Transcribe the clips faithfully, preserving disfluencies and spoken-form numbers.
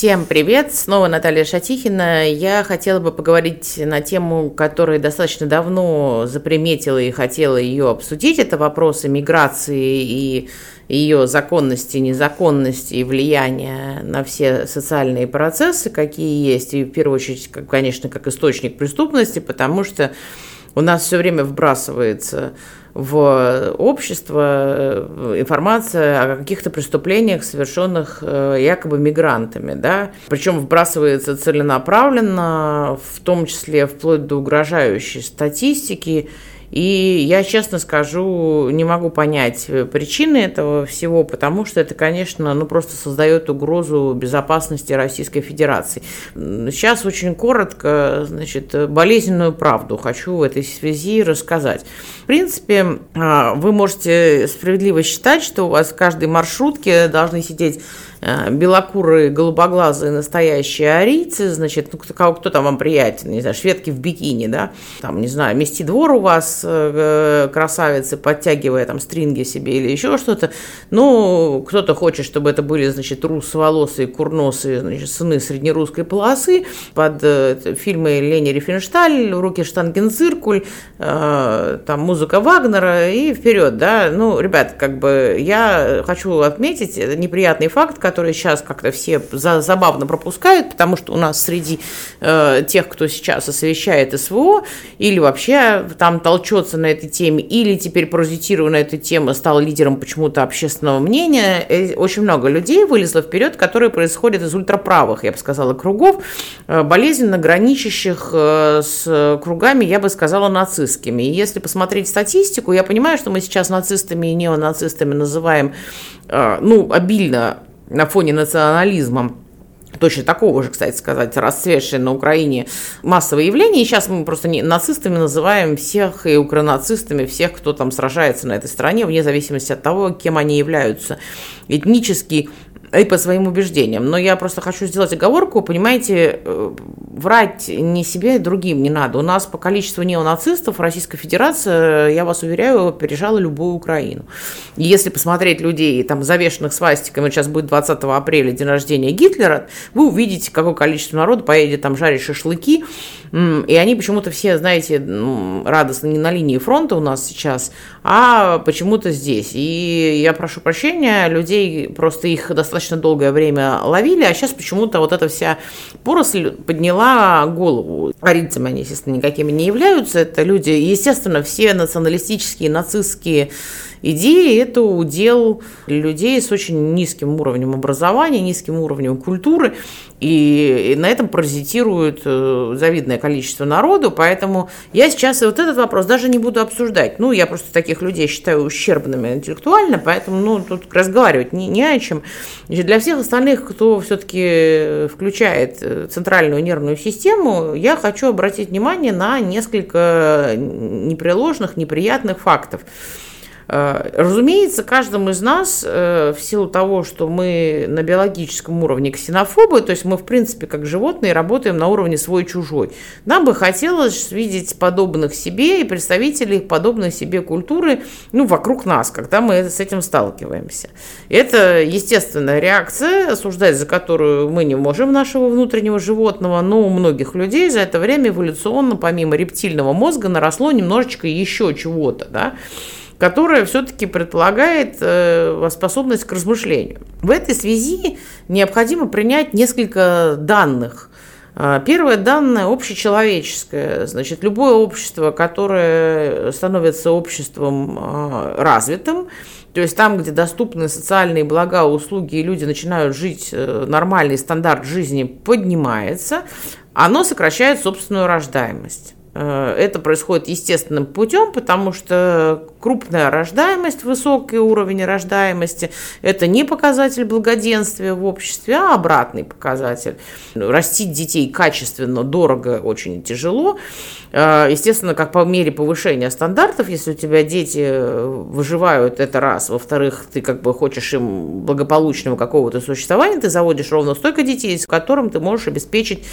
Всем привет, снова Наталья Шатихина. Я хотела бы поговорить на тему, которую достаточно давно заприметила и хотела ее обсудить. Это вопросы миграции и ее законности, незаконности и влияния на все социальные процессы, какие есть, и в первую очередь, конечно, как источник преступности, потому что у нас все время вбрасывается в общество информация о каких-то преступлениях, совершенных якобы мигрантами, да, причем вбрасывается целенаправленно, в том числе вплоть до угрожающей статистики. И я, честно скажу, не могу понять причины этого всего, потому что это, конечно, ну, просто создает угрозу безопасности Российской Федерации. Сейчас очень коротко, значит, болезненную правду хочу в этой связи рассказать. В принципе, вы можете справедливо считать, что у вас в каждой маршрутке должны сидеть белокурые, голубоглазые настоящие арийцы, значит, ну, кто, кто там вам приятен, не знаю, шведки в бикини, да, там, не знаю, мести двор у вас, э, красавицы, подтягивая там стринги себе или еще что-то, ну, кто-то хочет, чтобы это были, значит, русоволосые, курносые, значит, сыны среднерусской полосы, под э, фильмы Лени Рифеншталь, «Руки Штангенциркуль», э, там, музыка Вагнера и вперед, да, ну, ребят, как бы, я хочу отметить неприятный факт, которые сейчас как-то все за, забавно пропускают, потому что у нас среди э, тех, кто сейчас освещает СВО, или вообще там толчется на этой теме, или теперь паразитируя на эту тему, стал лидером почему-то общественного мнения, э, очень много людей вылезло вперед, которые происходят из ультраправых, я бы сказала, кругов, э, болезненно граничащих э, с кругами, я бы сказала, нацистскими. И если посмотреть статистику, я понимаю, что мы сейчас нацистами и неонацистами называем, э, ну, обильно на фоне национализма, точно такого же, кстати сказать, расцветшее на Украине массовое явление. И сейчас мы просто не нацистами называем всех и укронацистами, всех, кто там сражается на этой стороне, вне зависимости от того, кем они являются этнически и по своим убеждениям. Но я просто хочу сделать оговорку, понимаете, врать ни себе, и другим не надо. У нас по количеству неонацистов Российская Федерация, я вас уверяю, опережала любую Украину. И если посмотреть людей, там, завешенных свастиками, сейчас будет двадцатого апреля, день рождения Гитлера, вы увидите, какое количество народу поедет там жарить шашлыки, и они почему-то все, знаете, радостно не на линии фронта у нас сейчас, а почему-то здесь. И я прошу прощения, людей, просто их достаточно долгое время ловили, а сейчас почему-то вот эта вся поросль подняла голову. Арийцами они, естественно, никакими не являются. Это люди, естественно, все националистические, нацистские идеи – это удел людей с очень низким уровнем образования, низким уровнем культуры, и на этом паразитирует завидное количество народу, поэтому я сейчас вот этот вопрос даже не буду обсуждать. Ну, я просто таких людей считаю ущербными интеллектуально, поэтому, ну, тут разговаривать не, не о чем. Значит, для всех остальных, кто все-таки включает центральную нервную систему, я хочу обратить внимание на несколько непреложных, неприятных фактов. Разумеется, каждому из нас, в силу того, что мы на биологическом уровне ксенофобы, то есть мы, в принципе, как животные, работаем на уровне свой-чужой. Нам бы хотелось видеть подобных себе и представителей подобной себе культуры, ну, вокруг нас, когда мы с этим сталкиваемся. Это естественная реакция, осуждать за которую мы не можем нашего внутреннего животного, но у многих людей за это время эволюционно, помимо рептильного мозга, наросло немножечко еще чего-то, да, которая все-таки предполагает э, способность к размышлению. В этой связи необходимо принять несколько данных. Первое данное общечеловеческое. Значит, любое общество, которое становится обществом э, развитым, то есть там, где доступны социальные блага, услуги, и люди начинают жить, э, нормальный стандарт жизни поднимается, оно сокращает собственную рождаемость. Это происходит естественным путем, потому что крупная рождаемость, высокий уровень рождаемости – это не показатель благоденствия в обществе, а обратный показатель. Растить детей качественно, дорого, очень тяжело. Естественно, как по мере повышения стандартов, если у тебя дети выживают, это раз. Во-вторых, ты как бы хочешь им благополучного какого-то существования, ты заводишь ровно столько детей, с которым ты можешь обеспечить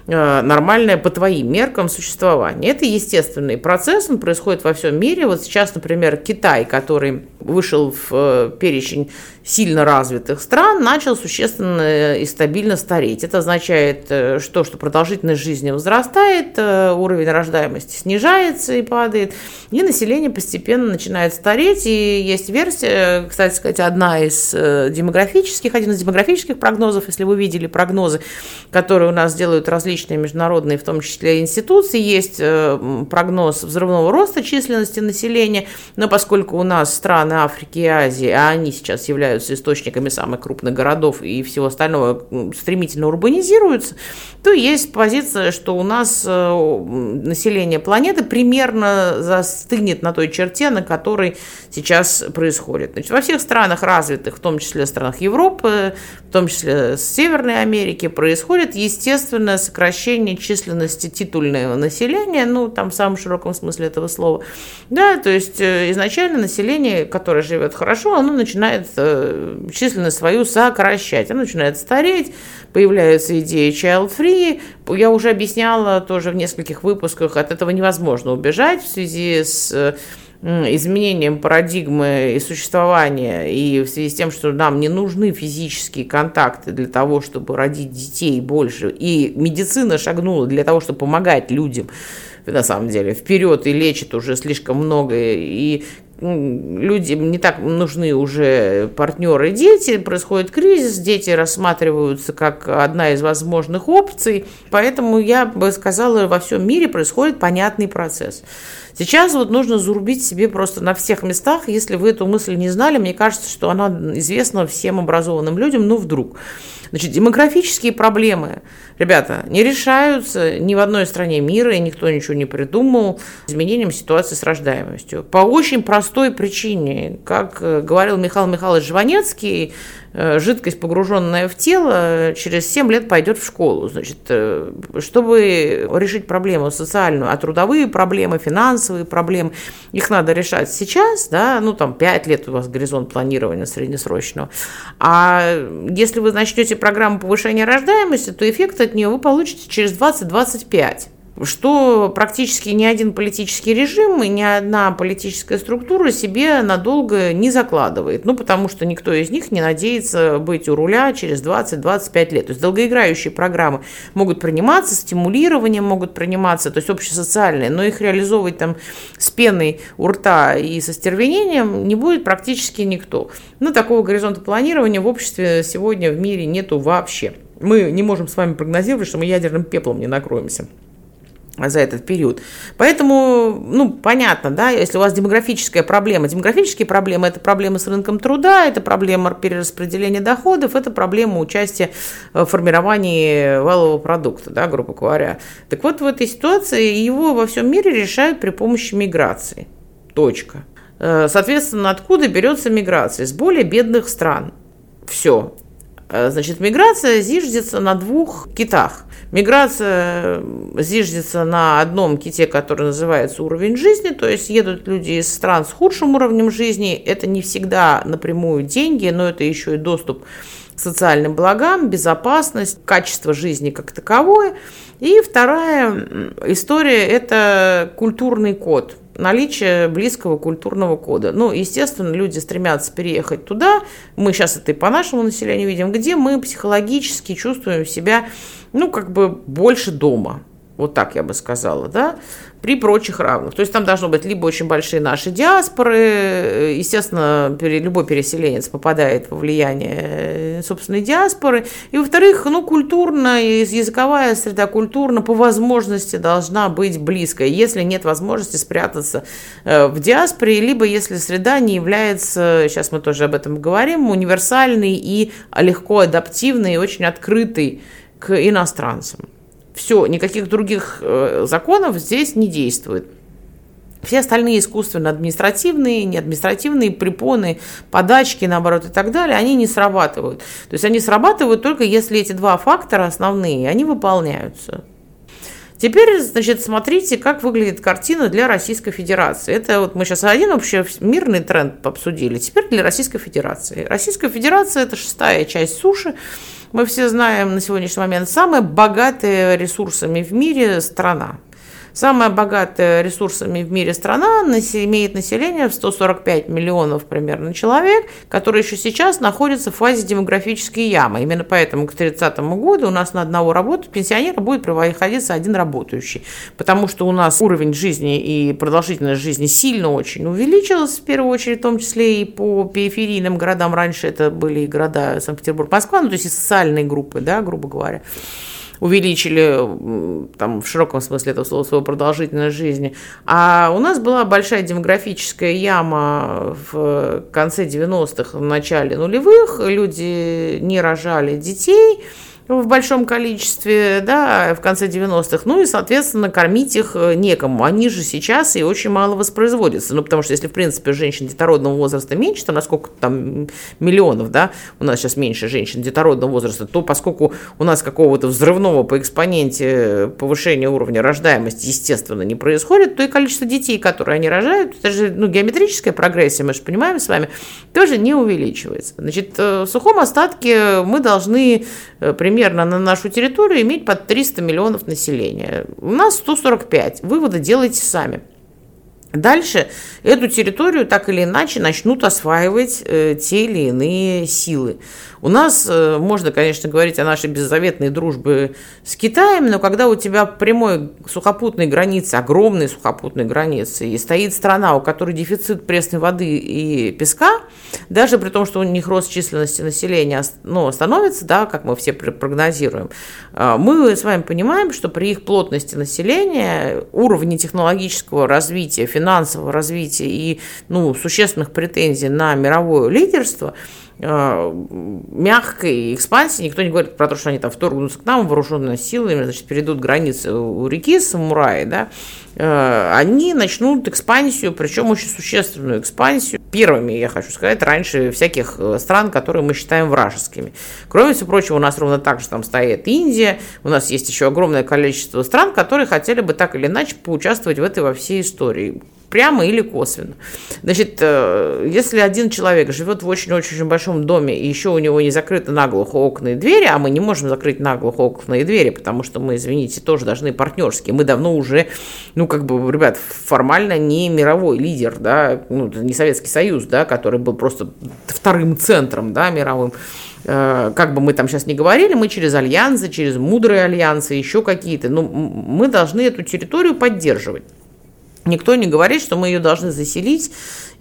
нормальное по твоим меркам существование. Это естественный процесс, он происходит во всем мире. Вот сейчас, например, Китай, который вышел в перечень сильно развитых стран, начал существенно и стабильно стареть. Это означает, что, что продолжительность жизни возрастает, уровень рождаемости снижается и падает, и население постепенно начинает стареть. И есть версия, кстати сказать, одна из демографических, один из демографических прогнозов, если вы видели прогнозы, которые у нас делают различные международные, в том числе институции, есть прогноз взрывного роста численности населения, но поскольку у нас страны Африки и Азии, а они сейчас являются источниками самых крупных городов и всего остального стремительно урбанизируются, то есть позиция, что у нас население планеты примерно застынет на той черте, на которой сейчас происходит. Значит, во всех странах развитых, в том числе в странах Европы, в том числе с Северной Америки, происходит естественное сокращение численности титульного населения, ну, там в самом широком смысле этого слова. Да, то есть изначально население, которое живет хорошо, оно начинает численность свою сокращать, оно начинает стареть, появляются идеи child-free. Я уже объясняла тоже в нескольких выпусках, от этого невозможно убежать в связи с изменением парадигмы и существования, и в связи с тем, что нам не нужны физические контакты для того, чтобы родить детей больше, и медицина шагнула для того, чтобы помогать людям, на самом деле, вперед и лечит уже слишком много, и людям не так нужны уже партнеры и дети, происходит кризис, дети рассматриваются как одна из возможных опций, поэтому я бы сказала, во всем мире происходит понятный процесс. Сейчас вот нужно зарубить себе просто на всех местах, если вы эту мысль не знали, мне кажется, что она известна всем образованным людям, ну вдруг. Значит, демографические проблемы, ребята, не решаются ни в одной стране мира, и никто ничего не придумал изменением ситуации с рождаемостью. По очень простой причине, как говорил Михаил Михайлович Жванецкий, жидкость, погруженная в тело, через семь лет пойдет в школу. Значит, чтобы решить проблему социальную, а трудовые проблемы, финансовые проблемы, их надо решать сейчас, да, ну там пять лет у вас горизонт планирования среднесрочного. А если вы начнете программу повышения рождаемости, то эффект от нее вы получите через двадцать-двадцать пять. Что практически ни один политический режим и ни одна политическая структура себе надолго не закладывает. Ну, потому что никто из них не надеется быть у руля через двадцать-двадцать пять лет. То есть долгоиграющие программы могут приниматься, стимулирование могут приниматься, то есть общесоциальные, но их реализовывать там с пеной у рта и со стервенением не будет практически никто. Ну, такого горизонта планирования в обществе сегодня в мире нету вообще. Мы не можем с вами прогнозировать, что мы ядерным пеплом не накроемся за этот период. Поэтому, ну, понятно, да, если у вас демографическая проблема, демографические проблемы – это проблемы с рынком труда, это проблема перераспределения доходов, это проблема участия в формировании валового продукта, да, грубо говоря. Так вот, в этой ситуации его во всем мире решают при помощи миграции. Точка. Соответственно, откуда берется миграция? Из более бедных стран. Все. Значит, миграция зиждется на двух китах. Миграция зиждется на одном ките, который называется уровень жизни, то есть едут люди из стран с худшим уровнем жизни. Это не всегда напрямую деньги, но это еще и доступ к социальным благам, безопасность, качество жизни как таковое. И вторая история – это культурный код. Наличие близкого культурного кода. Ну, естественно, люди стремятся переехать туда, мы сейчас это и по нашему населению видим, где мы психологически чувствуем себя, ну, как бы больше дома. Вот так я бы сказала, да, при прочих равных. То есть там должно быть либо очень большие наши диаспоры, естественно, любой переселенец попадает во влияние собственной диаспоры, и, во-вторых, ну, культурно, языковая среда культурно по возможности должна быть близкой, если нет возможности спрятаться в диаспоре, либо если среда не является, сейчас мы тоже об этом говорим, универсальной и легко адаптивной, и очень открытой к иностранцам. Все, никаких других э, законов здесь не действует. Все остальные искусственно-административные, неадминистративные препоны, подачки, наоборот, и так далее, они не срабатывают. То есть они срабатывают только если эти два фактора основные, они выполняются. Теперь, значит, смотрите, как выглядит картина для Российской Федерации. Это вот мы сейчас один общемирный тренд обсудили. Теперь для Российской Федерации. Российская Федерация – это шестая часть суши. мы все знаем на сегодняшний момент, самая богатая ресурсами в мире страна. Самая богатая ресурсами в мире страна имеет население в сто сорок пять миллионов примерно человек, которые еще сейчас находятся в фазе демографической ямы. Именно поэтому к тридцатому году у нас на одного работу пенсионера будет приходиться один работающий, потому что у нас уровень жизни и продолжительность жизни сильно очень увеличилась, в первую очередь, в том числе и по периферийным городам. Раньше это были города Санкт-Петербург, Москва, ну, то есть и социальные группы, да, грубо говоря. Увеличили там, в широком смысле этого слова свою продолжительность жизни. А у нас была большая демографическая яма в конце девяностых, в начале нулевых. Люди не рожали детей в большом количестве, да, в конце девяностых, ну и, соответственно, кормить их некому. Они же сейчас и очень мало воспроизводятся, ну, потому что если, в принципе, женщин детородного возраста меньше, там, насколько там миллионов, да, у нас сейчас меньше женщин детородного возраста, то поскольку у нас какого-то взрывного по экспоненте повышения уровня рождаемости, естественно, не происходит, то и количество детей, которые они рожают, это же, ну, геометрическая прогрессия, мы же понимаем с вами, тоже не увеличивается. Значит, в сухом остатке мы должны примерно на нашу территорию иметь под триста миллионов населения. У нас сто сорок пять. Выводы делайте сами. Дальше эту территорию так или иначе начнут осваивать э, те или иные силы. У нас э, можно, конечно, говорить о нашей беззаветной дружбе с Китаем, но когда у тебя прямой сухопутной границы, огромной сухопутной границы, и стоит страна, у которой дефицит пресной воды и песка, даже при том, что у них рост численности населения, ну, остановится, да, как мы все прогнозируем, э, мы с вами понимаем, что при их плотности населения, уровне технологического развития, финансового развития и, ну, существенных претензий на мировое лидерство, мягкой экспансии, никто не говорит про то, что они там вторгнутся к нам вооруженными силами, значит, перейдут границы у реки самураи, да, они начнут экспансию, причем очень существенную экспансию. Первыми, я хочу сказать, раньше всяких стран, которые мы считаем вражескими. Кроме всего прочего, у нас ровно так же там стоит Индия, у нас есть еще огромное количество стран, которые хотели бы так или иначе поучаствовать в этой во всей истории. Прямо или косвенно. Значит, если один человек живет в очень-очень большом доме, и еще у него не закрыты наглухо окна и двери, а мы не можем закрыть наглухо окна и двери, потому что мы, извините, тоже должны партнерские. Мы давно уже, ну, как бы, ребят, формально не мировой лидер, да, ну, не Советский Союз, да, который был просто вторым центром, да, мировым. Как бы мы там сейчас ни говорили, мы через альянсы, через мудрые альянсы, еще какие-то, ну, мы должны эту территорию поддерживать. Никто не говорит, что мы ее должны заселить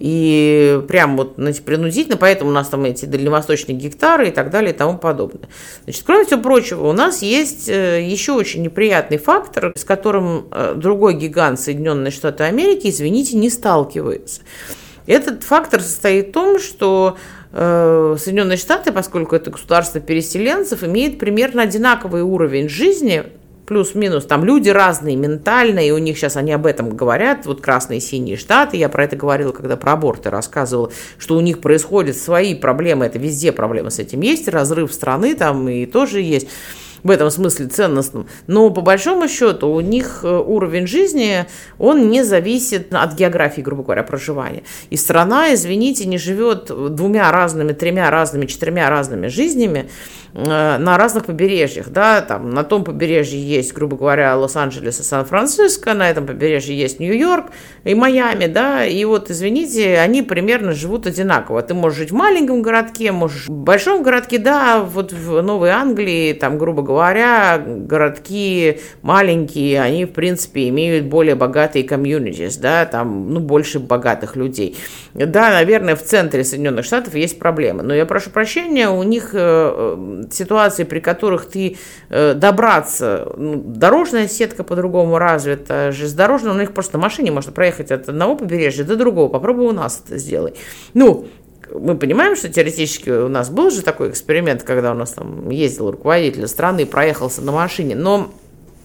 и прям вот, значит, принудительно, поэтому у нас там эти дальневосточные гектары и так далее и тому подобное. Значит, кроме всего прочего, у нас есть еще очень неприятный фактор, с которым другой гигант Соединенные Штаты Америки, извините, не сталкивается. Этот фактор состоит в том, что Соединенные Штаты, поскольку это государство переселенцев, имеет примерно одинаковый уровень жизни, плюс-минус, там люди разные ментально, и у них сейчас они об этом говорят, вот красные и синие штаты, я про это говорила, когда про аборты рассказывала, что у них происходят свои проблемы, это везде проблемы с этим есть, разрыв страны там и тоже есть, в этом смысле ценностном, но по большому счету у них уровень жизни, он не зависит от географии, грубо говоря, проживания. И страна, извините, не живет двумя разными, тремя разными, четырьмя разными жизнями на разных побережьях, да, там на том побережье есть, грубо говоря, Лос-Анджелес и Сан-Франциско, на этом побережье есть Нью-Йорк и Майами, да, и вот, извините, они примерно живут одинаково. Ты можешь жить в маленьком городке, можешь в большом городке, да, вот в Новой Англии, там, грубо говоря, городки маленькие, они, в принципе, имеют более богатые комьюнитис, да, там, ну, больше богатых людей. Да, наверное, в центре Соединенных Штатов есть проблемы, но я прошу прощения, у них ситуации, при которых ты э, добраться, ну, дорожная сетка по-другому развита, железнодорожная, у них просто на машине можно проехать от одного побережья до другого, попробуй у нас это сделай. Ну, мы понимаем, что теоретически у нас был же такой эксперимент, когда у нас там ездил руководитель страны, проехался на машине, но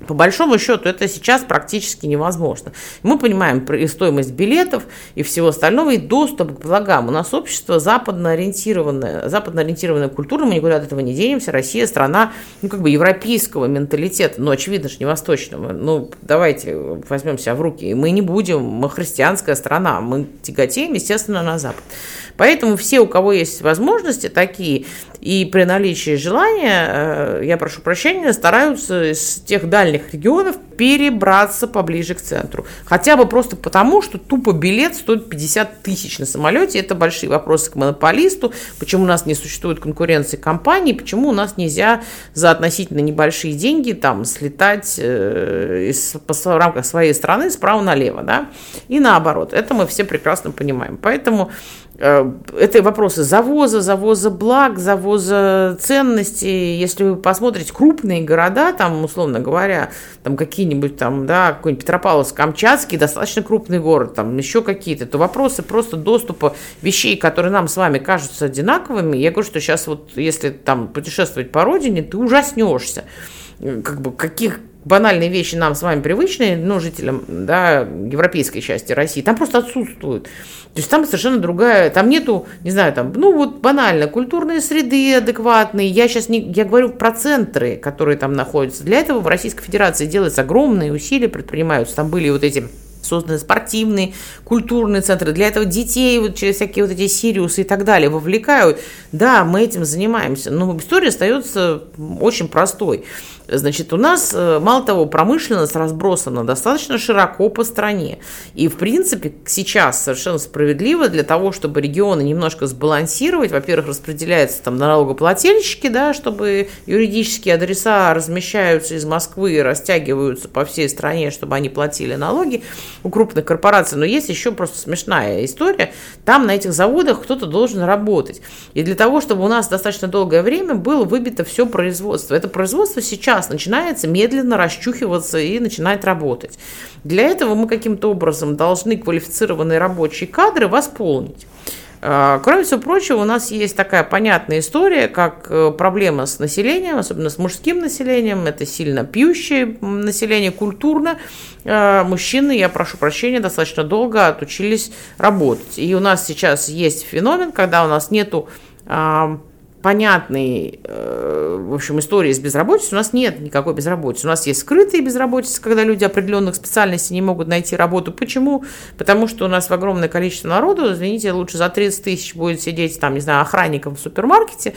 По большому счету, это сейчас практически невозможно. Мы понимаем и стоимость билетов, и всего остального, и доступ к благам. У нас общество западно-ориентированное, западно-ориентированная культура, мы никуда от этого не денемся. Россия страна, ну, как бы европейского менталитета, но, очевидно же, не восточного. Ну, давайте возьмем себя в руки. Мы не будем, мы христианская страна, мы тяготеем, естественно, на Запад. Поэтому все, у кого есть возможности такие, и при наличии желания, я прошу прощения, стараются из тех дальних регионов перебраться поближе к центру. Хотя бы просто потому, что тупо билет стоит пятьдесят тысяч на самолете. Это большие вопросы к монополисту. Почему у нас не существует конкуренции компаний, почему у нас нельзя за относительно небольшие деньги там слетать э, из, по, в рамках своей страны справа налево, да? И наоборот. Это мы все прекрасно понимаем. Поэтому это вопросы завоза, завоза благ, завоза ценностей. Если вы посмотрите крупные города, там, условно говоря, там какие-нибудь там, да, какой-нибудь Петропавловск-Камчатский, достаточно крупный город, там еще какие-то, то вопросы просто доступа вещей, которые нам с вами кажутся одинаковыми. Я говорю, что сейчас вот, если там путешествовать по родине, ты ужаснешься. Как бы каких банальные вещи нам с вами привычные, ну, жителям, да, европейской части России, там просто отсутствуют. То есть там совершенно другая, там нету, не знаю, там, ну, вот банально, культурные среды адекватные. Я сейчас не, я говорю про центры, которые там находятся. Для этого в Российской Федерации делаются огромные усилия, предпринимаются. Там были вот эти созданы спортивные, культурные центры. Для этого детей вот через всякие вот эти Сириусы и так далее вовлекают. Да, мы этим занимаемся, но история остается очень простой. Значит, у нас, мало того, промышленность разбросана достаточно широко по стране. И, в принципе, сейчас совершенно справедливо для того, чтобы регионы немножко сбалансировать, во-первых, распределяются там налогоплательщики, да, чтобы юридические адреса размещаются из Москвы и растягиваются по всей стране, чтобы они платили налоги у крупных корпораций. Но есть еще просто смешная история. Там на этих заводах кто-то должен работать. И для того, чтобы у нас достаточно долгое время было выбито все производство. Это производство сейчас начинается медленно расчухиваться и начинает работать. Для этого мы каким-то образом должны квалифицированные рабочие кадры восполнить. Кроме всего прочего, у нас есть такая понятная история, как проблема с населением, особенно с мужским населением. Это сильно пьющее население, культурно. Мужчины, я прошу прощения, достаточно долго отучились работать. И у нас сейчас есть феномен, когда у нас нету понятной, в общем, истории с безработицей. У нас нет никакой безработицы. У нас есть скрытые безработицы, когда люди определенных специальностей не могут найти работу. Почему? Потому что у нас в огромное количество народу, извините, лучше за тридцать тысяч будет сидеть, там, не знаю, охранником в супермаркете,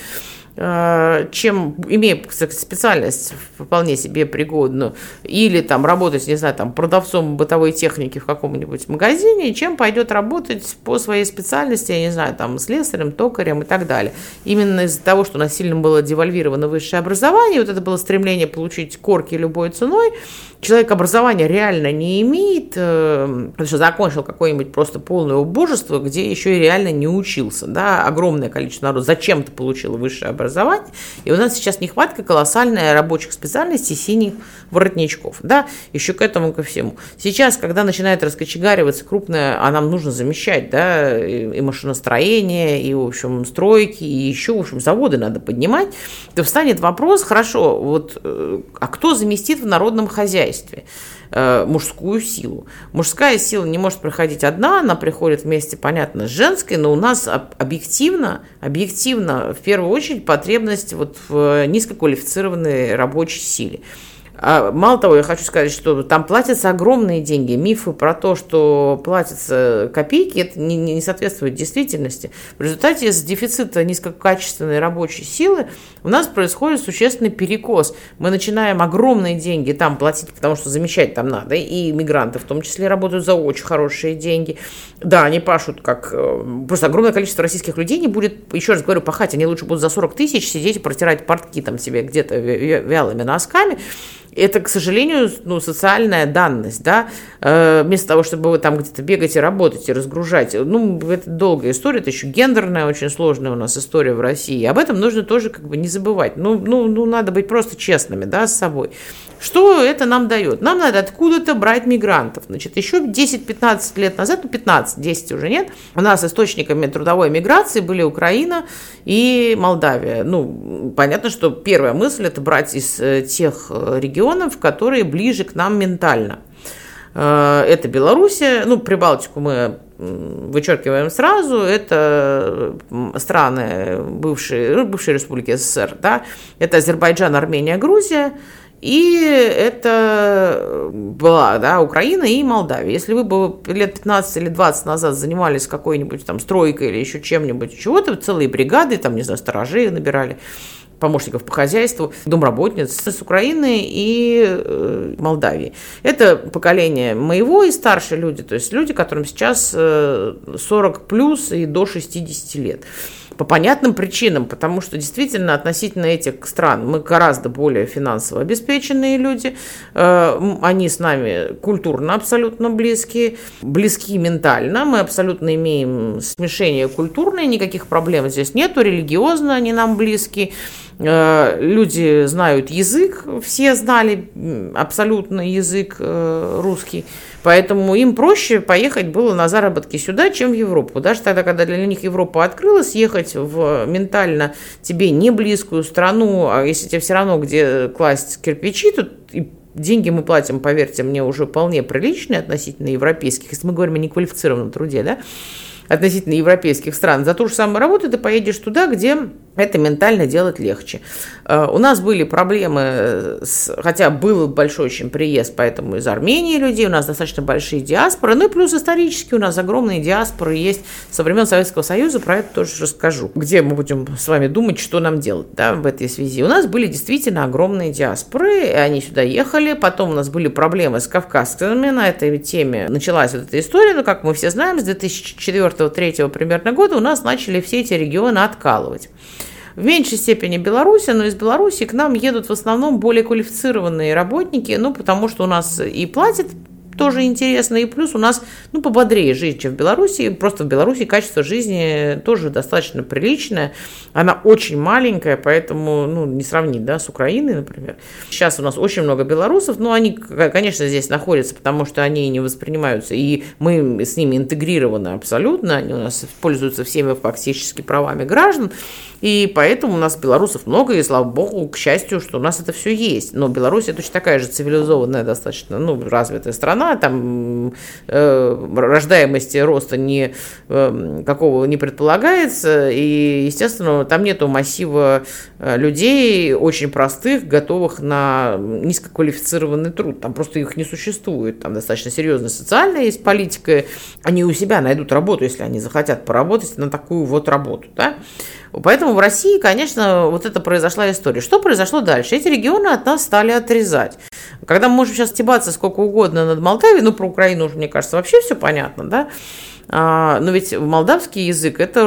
чем, имея специальность вполне себе пригодную, или там работать, не знаю, там, продавцом бытовой техники в каком-нибудь магазине, чем пойдет работать по своей специальности, я не знаю, там, слесарем, токарем и так далее. Именно из-за того, что у нас сильно было девальвировано высшее образование, вот это было стремление получить корки любой ценой, человек образования реально не имеет, потому что закончил какое-нибудь просто полное убожество, где еще и реально не учился, да, огромное количество народу зачем-то получило высшее образование, и у нас сейчас нехватка колоссальная рабочих специальностей синих воротничков, да, еще к этому ко всему. Сейчас, когда начинает раскочегариваться крупное, а нам нужно замещать, да, и машиностроение, и, в общем, стройки, и еще, в общем, заводы надо поднимать, то встанет вопрос, хорошо, вот, а кто заместит в народном хозяйстве мужскую силу? Мужская сила не может приходить одна, она приходит вместе, понятно, с женской, но у нас объективно, объективно в первую очередь потребность вот в низкоквалифицированной рабочей силе. Мало того, я хочу сказать, что там платятся огромные деньги. Мифы про то, что платятся копейки, это не, не соответствует действительности. В результате из-за дефицита низкокачественной рабочей силы у нас происходит существенный перекос. Мы начинаем огромные деньги там платить, потому что замещать там надо, и мигранты в том числе работают за очень хорошие деньги. Да, они пашут как... Просто огромное количество российских людей не будет, еще раз говорю, пахать. Они лучше будут за сорок тысяч сидеть и протирать портки там себе где-то вялыми носками. Это, к сожалению, ну, социальная данность, да, э, вместо того, чтобы вы там где-то бегать и работать, и разгружать, ну, это долгая история, это еще гендерная, очень сложная у нас история в России, об этом нужно тоже как бы не забывать, ну, ну, ну надо быть просто честными, да, с собой. Что это нам дает? Нам надо откуда-то брать мигрантов. Значит, еще десять-пятнадцать лет назад, ну пятнадцать, десять уже нет, у нас источниками трудовой миграции были Украина и Молдавия. Ну, понятно, что первая мысль – это брать из тех регионов, регионов, которые ближе к нам ментально. Это Белоруссия, ну, Прибалтику мы вычеркиваем сразу, это страны бывшие, ну, бывшие республики СССР, да, это Азербайджан, Армения, Грузия, и это была, да, Украина и Молдавия. Если вы бы лет пятнадцать или двадцать назад занимались какой-нибудь там стройкой или еще чем-нибудь, чего-то, целые бригады, там, не знаю, сторожей набирали, помощников по хозяйству, домработниц с Украины и э, Молдавии. Это поколение моего и старшие люди, то есть люди, которым сейчас э, сорок плюс и до шестидесяти лет. По понятным причинам, потому что действительно относительно этих стран мы гораздо более финансово обеспеченные люди, они с нами культурно абсолютно близкие, близки ментально, мы абсолютно имеем смешение культурное, никаких проблем здесь нету, религиозно они нам близки. Люди знают язык, все знали абсолютно язык русский, поэтому им проще поехать было на заработки сюда, чем в Европу. Даже тогда, когда для них Европа открылась, ехать в ментально тебе не близкую страну, а если тебе все равно где класть кирпичи, тут и деньги мы платим, поверьте мне, уже вполне приличные относительно европейских, если мы говорим о неквалифицированном труде, да, относительно европейских стран. За ту же самую работу ты поедешь туда, где это ментально делать легче. У нас были проблемы, с, хотя был большой очень приезд, поэтому из Армении людей, у нас достаточно большие диаспоры, ну и плюс исторически у нас огромные диаспоры есть со времен Советского Союза, про это тоже расскажу, где мы будем с вами думать, что нам делать, да, в этой связи. У нас были действительно огромные диаспоры, и они сюда ехали, потом у нас были проблемы с кавказцами, на этой теме началась вот эта история, но, как мы все знаем, с две тысячи четвёртого-две тысячи третьего примерно года у нас начали все эти регионы откалывать. В меньшей степени Беларусь, но из Беларуси к нам едут в основном более квалифицированные работники, ну, потому что у нас и платят тоже интересно, и плюс у нас, ну, пободрее жизнь, чем в Беларуси. Просто в Беларуси качество жизни тоже достаточно приличное. Она очень маленькая, поэтому, ну, не сравнить, да, с Украиной, например. Сейчас у нас очень много белорусов, но они, конечно, здесь находятся, потому что они не воспринимаются, и мы с ними интегрированы абсолютно, они у нас пользуются всеми фактически правами граждан, и поэтому у нас белорусов много, и слава богу, к счастью, что у нас это все есть. Но Беларусь точно такая же цивилизованная, достаточно, ну, развитая страна, там э, рождаемости роста не, э, какого не предполагается, и, естественно, там нету массива людей очень простых, готовых на низкоквалифицированный труд, там просто их не существует, там достаточно серьезная социальная есть политика, они у себя найдут работу, если они захотят поработать на такую вот работу, да. Поэтому в России, конечно, вот это произошла история. Что произошло дальше? Эти регионы от нас стали отрезать. Когда мы можем сейчас стебаться сколько угодно над Молдавией, ну, про Украину уже, мне кажется, вообще все понятно, да? А, но ведь молдавский язык, это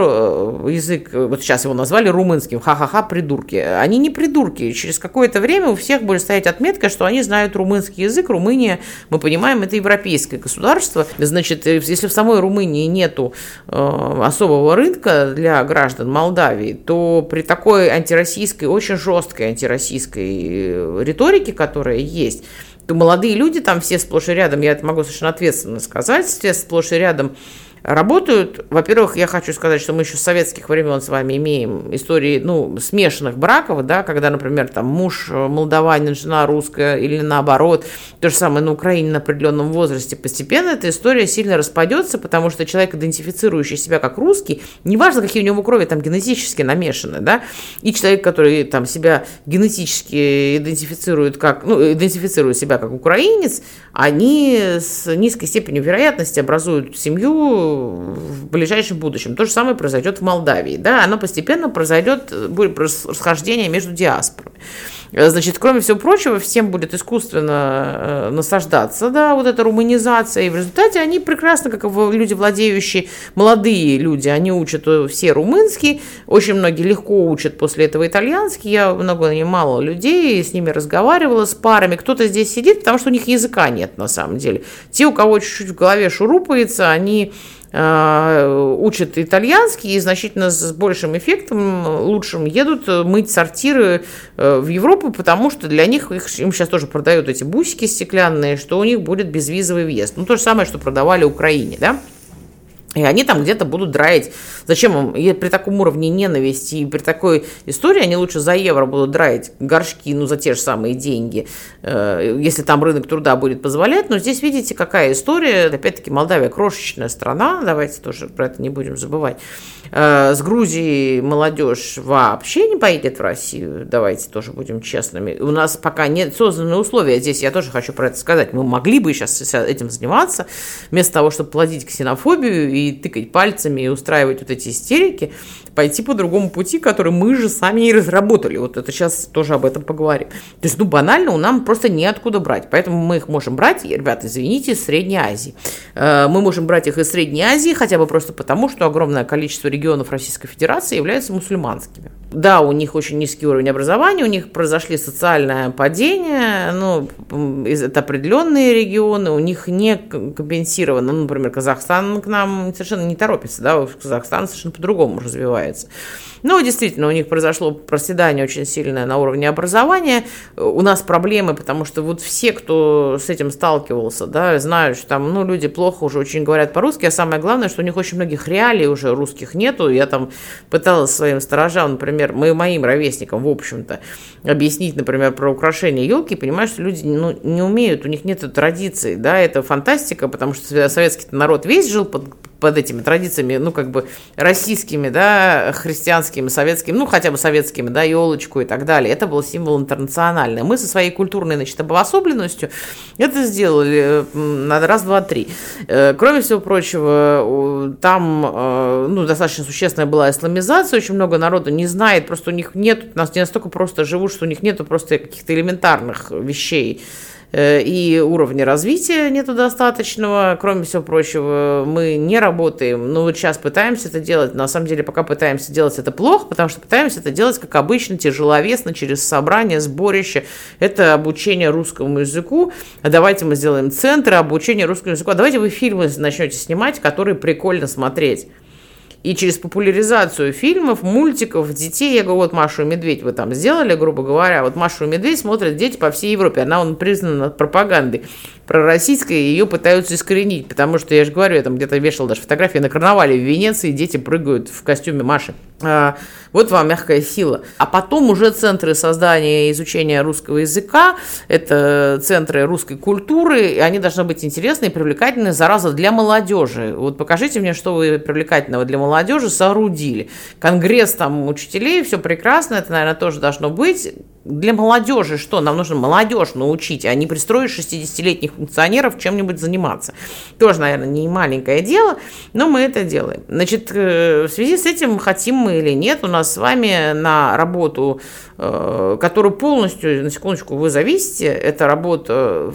язык, вот сейчас его назвали румынским, ха-ха-ха, придурки. Они не придурки. Через какое-то время у всех будет стоять отметка, что они знают румынский язык. Румыния, мы понимаем, это европейское государство. Значит, если в самой Румынии нету э, особого рынка для граждан Молдавии, то при такой антироссийской, очень жесткой антироссийской риторике, которая есть, то молодые люди там все сплошь и рядом, я это могу совершенно ответственно сказать, все сплошь и рядом работают. Во-первых, я хочу сказать, что мы еще с советских времен с вами имеем истории, ну, смешанных браков, да, когда, например, там муж молдаванин, жена русская или наоборот, то же самое на Украине на определенном возрасте. Постепенно эта история сильно распадется, потому что человек, идентифицирующий себя как русский, неважно, какие у него крови там генетически намешаны, да, и человек, который там себя генетически идентифицирует как, ну, идентифицирует себя как украинец, они с низкой степенью вероятности образуют семью в ближайшем будущем. То же самое произойдет в Молдавии. Да? Оно постепенно произойдет, будет расхождение между диаспорами. Значит, кроме всего прочего, всем будет искусственно наслаждаться, да, вот эта румынизация, и в результате они прекрасно, как люди, владеющие, молодые люди, они учат все румынский, очень многие легко учат после этого итальянский, я много нанимала людей, с ними разговаривала, с парами, кто-то здесь сидит, потому что у них языка нет на самом деле. Те, у кого чуть-чуть в голове шурупается, они учат итальянский и значительно с большим эффектом, лучшим едут мыть сортиры в Европу, потому что для них, их, им сейчас тоже продают эти бусики стеклянные, что у них будет безвизовый въезд. Ну, то же самое, что продавали Украине, да? И они там где-то будут драить. Зачем им? И при таком уровне ненависти и при такой истории они лучше за евро будут драить горшки, ну, за те же самые деньги, если там рынок труда будет позволять. Но здесь видите, какая история. Опять-таки, Молдавия крошечная страна, давайте тоже про это не будем забывать. С Грузией молодежь вообще не поедет в Россию, давайте тоже будем честными. У нас пока нет созданы условия. Здесь я тоже хочу про это сказать. Мы могли бы сейчас этим заниматься, вместо того, чтобы плодить ксенофобию и тыкать пальцами и устраивать вот эти истерики, пойти по другому пути, который мы же сами и разработали. Вот это сейчас тоже об этом поговорим. То есть, ну, банально, у нам просто неоткуда брать. Поэтому мы их можем брать, ребята, извините, из Средней Азии. Мы можем брать их из Средней Азии хотя бы просто потому, что огромное количество регионов Российской Федерации являются мусульманскими. Да, у них очень низкий уровень образования, у них произошли социальное падение, ну, это определенные регионы, у них не компенсировано. Ну, например, Казахстан к нам совершенно не торопится, да, Казахстан совершенно по-другому развивается. Но действительно, у них произошло проседание очень сильное на уровне образования. У нас проблемы, потому что вот все, кто с этим сталкивался, да, знают, что там, ну, люди плохо уже очень говорят по-русски, а самое главное, что у них очень многих реалий уже русских нету. Я там пыталась своим сторожам, например, мы, моим ровесникам, в общем-то, объяснить, например, про украшение елки, понимаешь, что люди, ну, не умеют, у них нет традиций, да, это фантастика, потому что советский народ весь жил под под этими традициями, ну, как бы российскими, да, христианскими, советскими, ну, хотя бы советскими, да, елочку и так далее. Это был символ интернациональный. Мы со своей культурной, значит, обособленностью это сделали на раз, два, три. Кроме всего прочего, там, ну, достаточно существенная была исламизация, очень много народу не знает, просто у них нет, у нас не настолько просто живут, что у них нету просто каких-то элементарных вещей, и уровня развития нету достаточного. Кроме всего прочего, мы не работаем, ну вот сейчас пытаемся это делать, но на самом деле пока пытаемся делать это плохо, потому что пытаемся это делать, как обычно, тяжеловесно, через собрания, сборище. Это обучение русскому языку. А давайте мы сделаем центры обучения русскому языку. А давайте вы фильмы начнете снимать, которые прикольно смотреть. И через популяризацию фильмов, мультиков, детей, я говорю, вот Машу и Медведь вы там сделали, грубо говоря, вот Машу и Медведь смотрят дети по всей Европе, она он признана пропагандой пророссийской, и ее пытаются искоренить, потому что, я же говорю, я там где-то вешал даже фотографии на карнавале в Венеции, дети прыгают в костюме Маши. А, вот вам мягкая сила. А потом уже центры создания и изучения русского языка, это центры русской культуры, и они должны быть интересны и привлекательны, зараза, для молодежи. Вот покажите мне, что вы привлекательного для молодежи соорудили. Конгресс там учителей, все прекрасно, это, наверное, тоже должно быть. Для молодежи что? Нам нужно молодежь научить, а не пристроить шестидесятилетних функционеров чем-нибудь заниматься. Тоже, наверное, не маленькое дело, но мы это делаем. Значит, в связи с этим, хотим мы или нет, у нас с вами на работу, которую полностью, на секундочку, вы зависите, это работа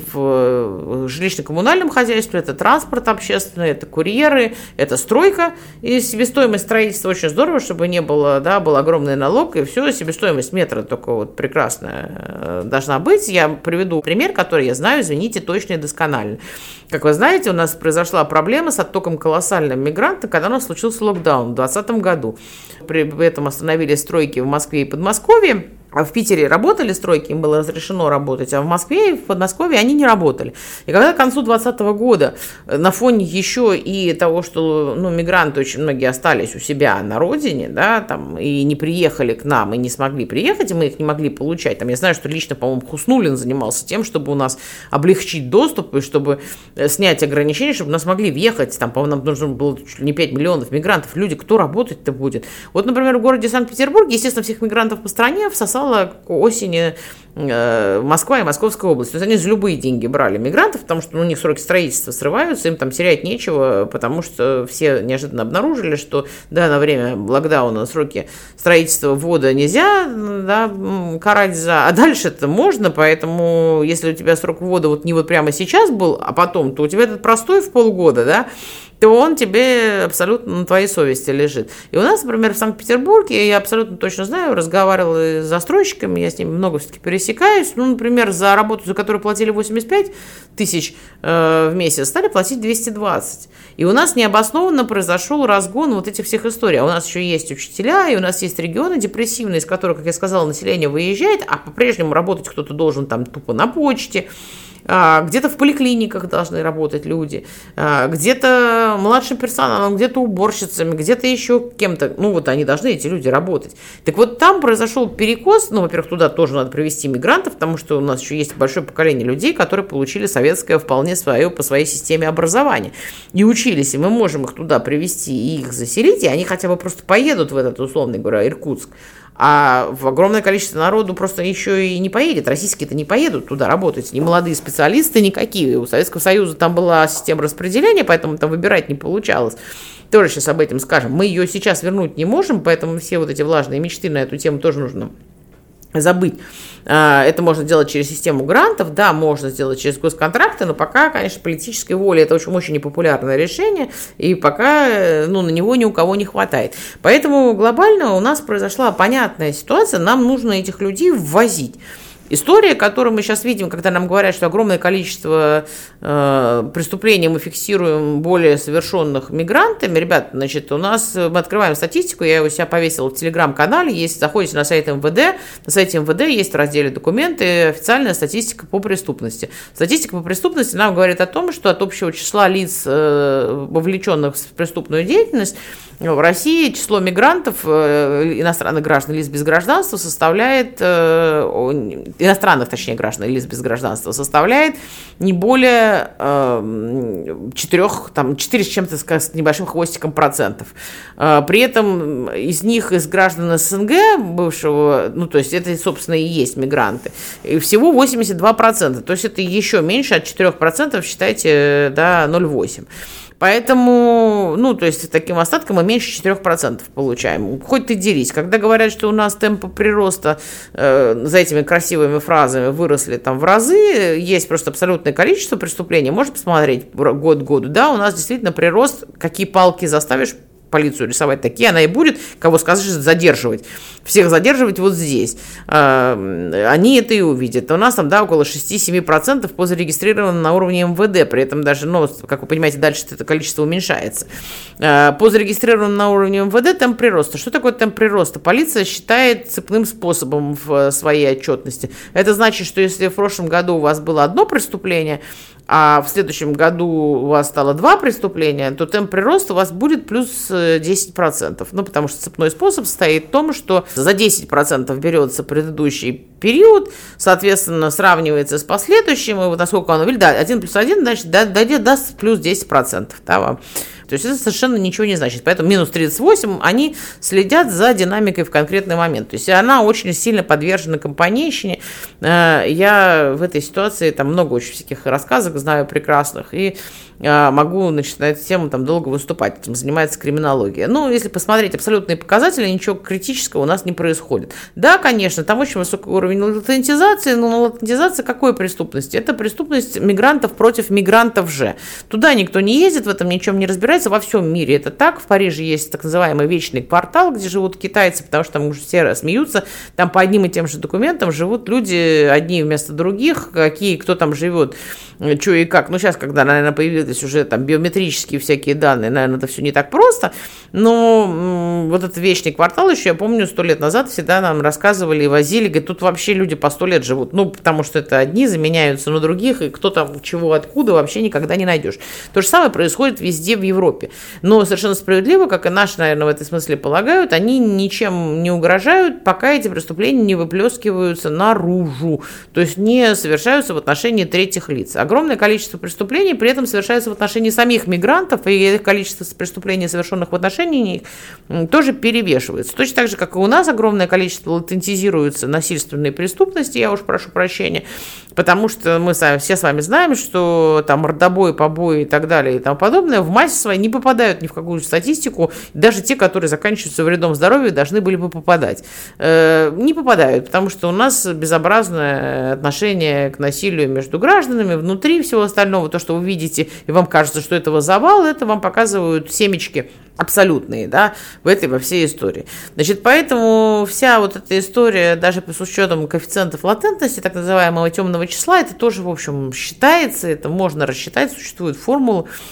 в жилищно-коммунальном хозяйстве, это транспорт общественный, это курьеры, это стройка, и себестоимость строительства очень здорово, чтобы не было, да, был огромный налог, и все, себестоимость метра только вот прекрасная должна быть. Я приведу пример, который я знаю, извините, точно и досконально. Как вы знаете, у нас произошла проблема с оттоком колоссальным мигрантов, когда у нас случился локдаун в двадцатом году. При этом остановились стройки в Москве и Подмосковье. В Питере работали стройки, им было разрешено работать, а в Москве и в Подмосковье они не работали. И когда к концу двадцатого года на фоне еще и того, что, ну, мигранты очень многие остались у себя на родине, да, там, и не приехали к нам, и не смогли приехать, и мы их не могли получать. Там, я знаю, что лично, по-моему, Хуснуллин занимался тем, чтобы у нас облегчить доступ и чтобы снять ограничения, чтобы нас могли въехать. Там, по-моему, нам нужно было чуть ли не пять миллионов мигрантов. Люди, кто работать-то будет? Вот, например, в городе Санкт-Петербурге, естественно, всех мигрантов по стране всосало к осени э, Москва и Московская область. То есть они за любые деньги брали мигрантов, потому что, ну, у них сроки строительства срываются, им там терять нечего, потому что все неожиданно обнаружили, что, да, на время локдауна сроки строительства ввода нельзя, да, карать за, а дальше это можно, поэтому если у тебя срок ввода вот не вот прямо сейчас был, а потом, то у тебя этот простой в полгода, да, то он тебе абсолютно на твоей совести лежит. И у нас, например, в Санкт-Петербурге, я абсолютно точно знаю, разговаривала с застройщиками, я с ними много все-таки пересекаюсь, ну, например, за работу, за которую платили восемьдесят пять тысяч э, в месяц, стали платить двести двадцать. И у нас необоснованно произошел разгон вот этих всех историй. А у нас еще есть учителя, и у нас есть регионы депрессивные, из которых, как я сказала, население выезжает, а по-прежнему работать кто-то должен там тупо на почте. где-то в поликлиниках должны работать люди, где-то младшим персоналом, где-то уборщицами, где-то еще кем-то, ну вот они должны, эти люди, работать. Так вот там произошел перекос, ну, во-первых, туда тоже надо привести мигрантов, потому что у нас еще есть большое поколение людей, которые получили советское вполне свое по своей системе образования и учились, и мы можем их туда привести и их заселить, и они хотя бы просто поедут в этот, условно говоря, Иркутск. А в огромное количество народу просто еще и не поедет. Российские-то не поедут туда работать. Ни молодые специалисты никакие. У Советского Союза там была система распределения, поэтому там выбирать не получалось. Тоже сейчас об этом скажем. Мы ее сейчас вернуть не можем, поэтому все вот эти влажные мечты на эту тему тоже нужно забыть. Это можно делать через систему грантов, да, можно сделать через госконтракты, но пока, конечно, политической воли это очень, очень непопулярное решение, и пока, ну, на него ни у кого не хватает. Поэтому глобально у нас произошла понятная ситуация, нам нужно этих людей ввозить. История, которую мы сейчас видим, когда нам говорят, что огромное количество э, преступлений мы фиксируем более совершенных мигрантами. Ребят, значит, у нас, мы открываем статистику, я его себя повесила в телеграм-канале, есть, заходите на сайт эм вэ дэ, на сайте эм вэ дэ есть в разделе «Документы» официальная статистика по преступности. Статистика по преступности нам говорит о том, что от общего числа лиц, э, вовлеченных в преступную деятельность, в России число мигрантов, э, иностранных граждан, лиц без гражданства составляет... Э, иностранных, точнее, граждан, лиц без гражданства, составляет не более э, четырех, там, четыре с чем-то, с небольшим хвостиком процентов. Э, при этом из них, из граждан эс эн гэ бывшего, ну, то есть это, собственно, и есть мигранты, и всего восемьдесят два процента, то есть это еще меньше от четырех процентов, считайте, да, ноль целых восемь десятых. Поэтому, ну, то есть таким остатком мы меньше четырех процентов получаем. Хоть ты дерись. Когда говорят, что у нас темпы прироста э, за этими красивыми фразами выросли там в разы, есть просто абсолютное количество преступлений. Можно посмотреть год к году. Да, у нас действительно прирост, какие палки заставишь полицию рисовать, такие она и будет, кого скажешь, задерживать. Всех задерживать вот здесь. Они это и увидят. У нас там, да, около шесть-семь процентов по зарегистрированным на уровне эм вэ дэ, при этом даже, ну, как вы понимаете, дальше это количество уменьшается. По зарегистрированным на уровне эм вэ дэ темп прироста. Что такое темп прироста? Полиция считает цепным способом в своей отчетности. Это значит, что если в прошлом году у вас было одно преступление, а в следующем году у вас стало два преступления, то темп прироста у вас будет плюс десять процентов. Ну, потому что цепной способ состоит в том, что за десять процентов берется предыдущий период, соответственно, сравнивается с последующим, и вот насколько оно выглядит, да, один плюс один, значит, даст плюс десять процентов, да, вам. То есть это совершенно ничего не значит. Поэтому минус тридцать восемь, они следят за динамикой в конкретный момент. То есть она очень сильно подвержена компанейщине. Я в этой ситуации там много очень всяких рассказок знаю прекрасных, и могу, значит, на эту тему там долго выступать. Этим занимается криминология. Но если посмотреть абсолютные показатели, ничего критического у нас не происходит. Да, конечно, там очень высокий уровень латентизации, но латентизация какой преступности? Это преступность мигрантов против мигрантов же. Туда никто не ездит, в этом ничем не разбирается, во всем мире это так. В Париже есть так называемый вечный квартал, где живут китайцы, потому что там уже все смеются, там по одним и тем же документам живут люди одни вместо других, какие, кто там живет, что и как. Ну, сейчас, когда, наверное, появились уже там биометрические всякие данные, наверное, это все не так просто, но м- вот этот вечный квартал еще, я помню, сто лет назад всегда нам рассказывали и возили, говорят, тут вообще люди по сто лет живут, ну, потому что это одни заменяются на других, и кто там чего откуда вообще никогда не найдешь. То же самое происходит везде в Европе. Но совершенно справедливо, как и наши, наверное, в этом смысле полагают, они ничем не угрожают, пока эти преступления не выплескиваются наружу, то есть не совершаются в отношении третьих лиц. Огромное количество преступлений при этом совершается в отношении самих мигрантов, и количество преступлений, совершенных в отношении них, тоже перевешивается. Точно так же, как и у нас огромное количество латентизируются насильственные преступности, я уж прошу прощения, потому что мы сами, все с вами знаем, что там мордобои, побои и так далее и тому подобное в массе своей не попадают ни в какую статистику, даже те, которые заканчиваются вредом здоровью, должны были бы попадать. Э, не попадают, потому что у нас безобразное отношение к насилию между гражданами, внутри всего остального, то, что вы видите, и вам кажется, что этого завал, это вам показывают семечки абсолютные, да, в этой, во всей истории. Значит, поэтому вся вот эта история, даже с учетом коэффициентов латентности, так называемого темного числа, это тоже, в общем, считается, это можно рассчитать, существует формула.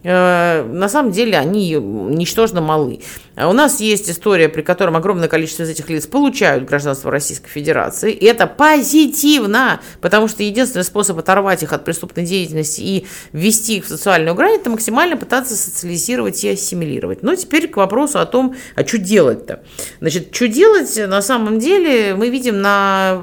на самом деле они ничтожно малы. У нас есть история, при которой огромное количество из этих лиц получают гражданство Российской Федерации, и это позитивно, потому что единственный способ оторвать их от преступной деятельности и ввести их в социальную грань – это максимально пытаться социализировать и ассимилировать. Но теперь к вопросу о том, а что делать-то? Значит, что делать на самом деле мы видим на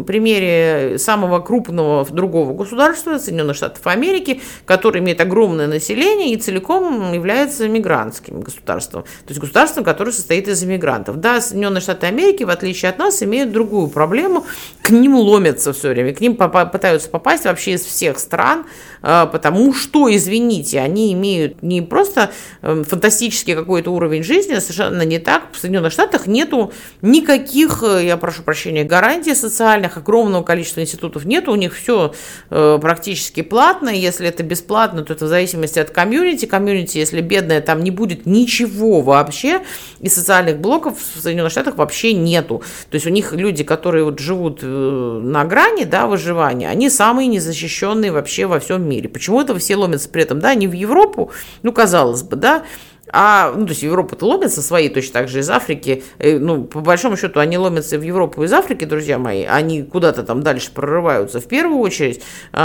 примере самого крупного другого государства, Соединенных Штатов Америки, который имеет огромное население и целиком является мигрантским государством. То есть государством, которое состоит из иммигрантов. Да, Соединенные Штаты Америки, в отличие от нас, имеют другую проблему. К ним ломятся все время, к ним пытаются попасть вообще из всех стран, потому что, извините, они имеют не просто фантастический какой-то уровень жизни, а совершенно не так. В Соединенных Штатах нету никаких, я прошу прощения, гарантий социальных, огромного количества институтов нету, у них все практически платно. Если это бесплатно, то это в зависимости от комьюнити. Комьюнити, если бедное, там не будет ничего вообще, и социальных блоков в Соединенных Штатах вообще нету. То есть у них люди, которые вот живут на грани, да, выживания, они самые незащищенные вообще во всем мире. Почему-то все ломятся при этом, да, не в Европу, ну, казалось бы, да, А, ну, то есть Европа-то ломится свои, точно так же из Африки. Ну, по большому счету, они ломятся в Европу из Африки, друзья мои. Они куда-то там дальше прорываются в первую очередь,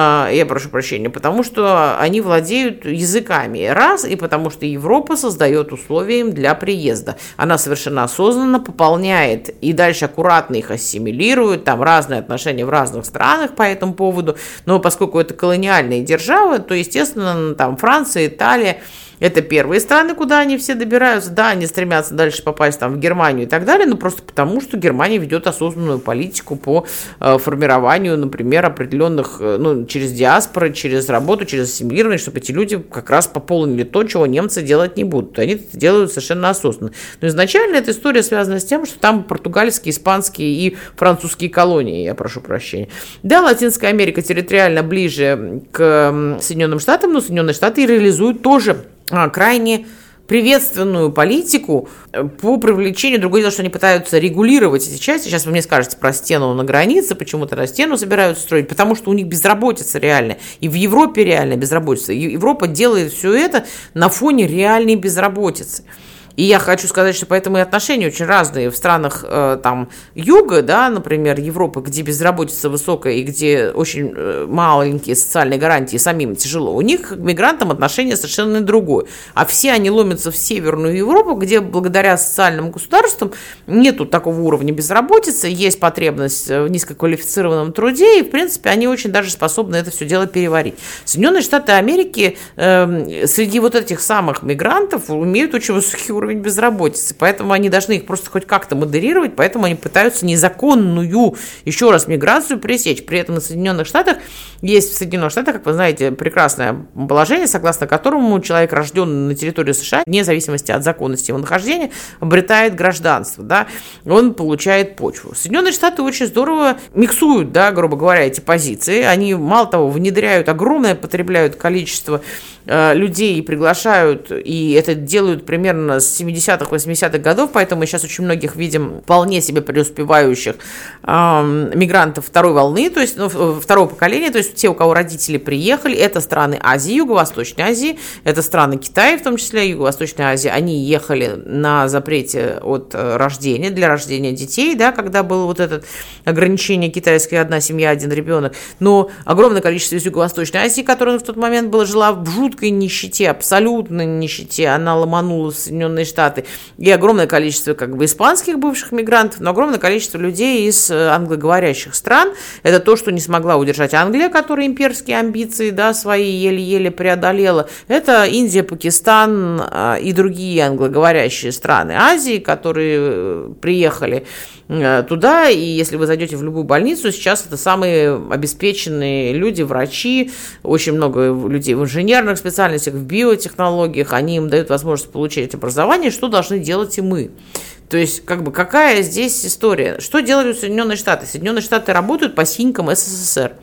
я прошу прощения, потому что они владеют языками. Раз, и потому что Европа создает условия им для приезда. Она совершенно осознанно пополняет и дальше аккуратно их ассимилирует. Там разные отношения в разных странах по этому поводу. Но поскольку это колониальные державы, то, естественно, там Франция, Италия, это первые страны, куда они все добираются. Да, они стремятся дальше попасть там, в Германию и так далее, но просто потому, что Германия ведет осознанную политику по э, формированию, например, определенных, э, ну, через диаспоры, через работу, через ассимилирование, чтобы эти люди как раз пополнили то, чего немцы делать не будут. Они это делают совершенно осознанно. Но изначально эта история связана с тем, что там португальские, испанские и французские колонии, я прошу прощения. Да, Латинская Америка территориально ближе к Соединенным Штатам, но Соединенные Штаты реализуют тоже крайне приветственную политику по привлечению. Другое дело, что они пытаются регулировать эти части. Сейчас вы мне скажете про стену на границе, почему-то на стену собираются строить, потому что у них безработица реальная. И в Европе реальная безработица. И Европа делает все это на фоне реальной безработицы. И я хочу сказать, что поэтому и отношения очень разные в странах э, там юга, да, например, Европы, где безработица высокая и где очень э, маленькие социальные гарантии, самим тяжело. У них к мигрантам отношение совершенно другое. А все они ломятся в Северную Европу, где благодаря социальным государствам нету такого уровня безработицы, есть потребность в низкоквалифицированном труде, и, в принципе, они очень даже способны это все дело переварить. Соединенные Штаты Америки э, среди вот этих самых мигрантов имеют очень высокий уровень уровень безработицы, поэтому они должны их просто хоть как-то модерировать, поэтому они пытаются незаконную, еще раз, миграцию пресечь. При этом на Соединенных Штатах есть в Соединенных Штатах, как вы знаете, прекрасное положение, согласно которому человек, рожденный на территории США, вне зависимости от законности его нахождения, обретает гражданство, да, он получает почву. Соединенные Штаты очень здорово миксуют, да, грубо говоря, эти позиции. Они, мало того, внедряют огромное, потребляют количество э, людей и приглашают, и это делают примерно с семидесятых, восьмидесятых годов, поэтому мы сейчас очень многих видим вполне себе преуспевающих э, мигрантов второй волны, то есть ну, второго поколения, то есть те, у кого родители приехали, это страны Азии, Юго-Восточной Азии, это страны Китая, в том числе Юго-Восточной Азии, они ехали на запрете от рождения, для рождения детей, да, когда было вот это ограничение китайское, одна семья, один ребенок, но огромное количество из Юго-Восточной Азии, которая в тот момент была, жила в жуткой нищете, абсолютной нищете, она ломанулась в Соединенные Штаты, и огромное количество как бы испанских бывших мигрантов, но огромное количество людей из англоговорящих стран. Это то, что не смогла удержать Англия, которая имперские амбиции, да, свои еле-еле преодолела. Это Индия, Пакистан и другие англоговорящие страны Азии, которые приехали туда, и если вы зайдете в любую больницу, сейчас это самые обеспеченные люди, врачи, очень много людей в инженерных специальностях, в биотехнологиях, они им дают возможность получить образование, что должны делать и мы. То есть, как бы, какая здесь история? Что делали Соединенные Штаты? Соединенные Штаты работают по синькам СССР.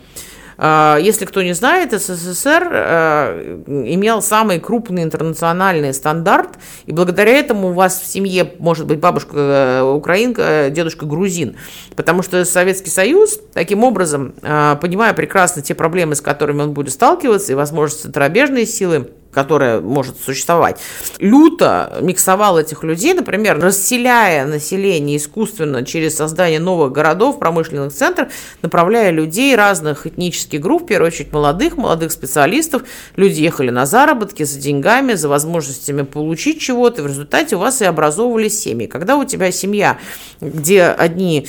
Если кто не знает, СССР имел самый крупный интернациональный стандарт, и благодаря этому у вас в семье может быть бабушка украинка, дедушка грузин, потому что Советский Союз, таким образом, понимая прекрасно те проблемы, с которыми он будет сталкиваться, и возможно центробежные силы, которая может существовать, люто миксовал этих людей, например, расселяя население искусственно через создание новых городов, промышленных центров, направляя людей разных этнических групп, в первую очередь молодых, молодых специалистов. Люди ехали на заработки за деньгами, за возможностями получить чего-то, в результате у вас и образовывались семьи. Когда у тебя семья, где одни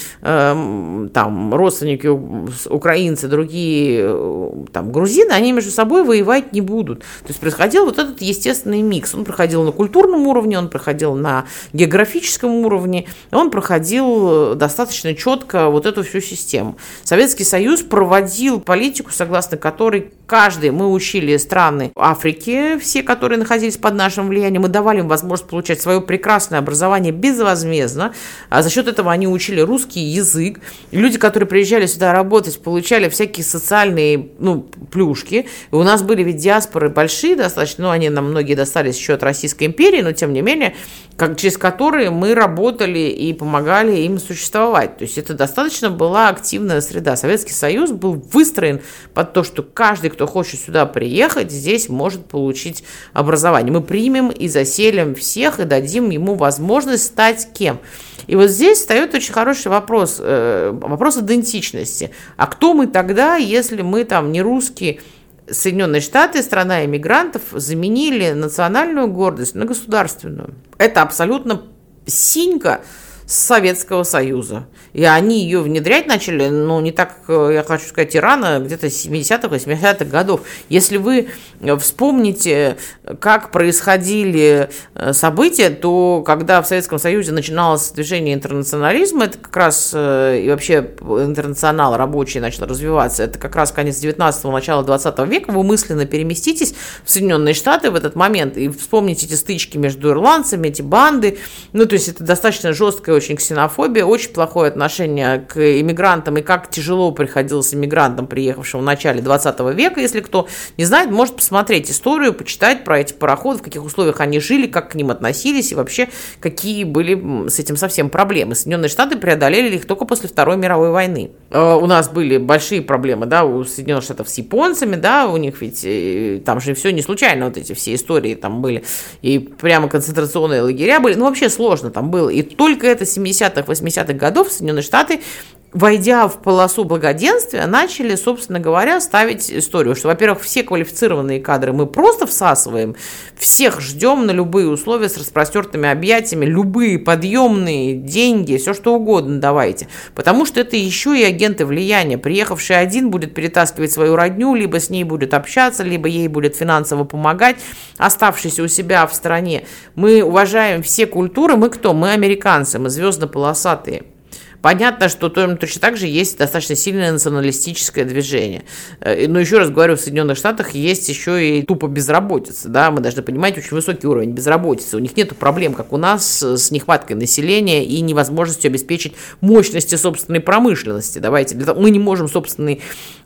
э, там родственники украинцы, другие э, там грузины, они между собой воевать не будут. То есть происходил вот этот естественный микс. Он проходил на культурном уровне, он проходил на географическом уровне, он проходил достаточно четко вот эту всю систему. Советский Союз проводил политику, согласно которой каждый, мы учили страны Африки, все, которые находились под нашим влиянием, мы давали им возможность получать свое прекрасное образование безвозмездно, а за счет этого они учили русский язык. И люди, которые приезжали сюда работать, получали всякие социальные, ну, плюшки. И у нас были ведь диаспоры большие достаточно, ну, они нам многие достались еще от Российской империи, но тем не менее, как, через которые мы работали и помогали им существовать. То есть это достаточно была активная среда. Советский Союз был выстроен под то, что каждый, кто хочет сюда приехать, здесь может получить образование. Мы примем и заселим всех и дадим ему возможность стать кем. И вот здесь встает очень хороший вопрос, э, вопрос идентичности. А кто мы тогда, если мы там не русские? Соединенные Штаты, страна иммигрантов, заменили национальную гордость на государственную. Это абсолютно синька Советского Союза. И они ее внедрять начали, ну, не так, я хочу сказать, и рано, где-то семидесятых, восьмидесятых годов. Если вы вспомните, как происходили события, то когда в Советском Союзе начиналось движение интернационализма, это как раз и вообще интернационал рабочий начал развиваться, это как раз конец девятнадцатого, начало двадцатого века, вы мысленно переместитесь в Соединенные Штаты в этот момент и вспомните эти стычки между ирландцами, эти банды, ну, то есть это достаточно жесткая очень ксенофобия, очень плохое отношение к иммигрантам и как тяжело приходилось иммигрантам, приехавшим в начале двадцатого века. Если кто не знает, может посмотреть историю, почитать про эти пароходы, в каких условиях они жили, как к ним относились и вообще какие были с этим совсем проблемы. Соединенные Штаты преодолели их только после Второй мировой войны. У нас были большие проблемы, да, у Соединенных Штатов с японцами, да, у них ведь там же все не случайно, вот эти все истории там были, и прямо концентрационные лагеря были, ну вообще сложно там было, и только это семидесятых, восьмидесятых годов Соединенные Штаты, войдя в полосу благоденствия, начали, собственно говоря, ставить историю, что, во-первых, все квалифицированные кадры мы просто всасываем, всех ждем на любые условия с распростертыми объятиями, любые подъемные деньги, все что угодно давайте, потому что это еще и агенты влияния. Приехавший один будет перетаскивать свою родню, либо с ней будет общаться, либо ей будет финансово помогать, оставшийся у себя в стране. Мы уважаем все культуры, мы кто? Мы американцы, мы звездно-полосатые. Понятно, что точно так же есть достаточно сильное националистическое движение. Но еще раз говорю, в Соединенных Штатах есть еще и тупо безработица. Да? Мы должны понимать очень высокий уровень безработицы. У них нет проблем, как у нас, с нехваткой населения и невозможностью обеспечить мощности собственной промышленности. Давайте, мы не можем собственные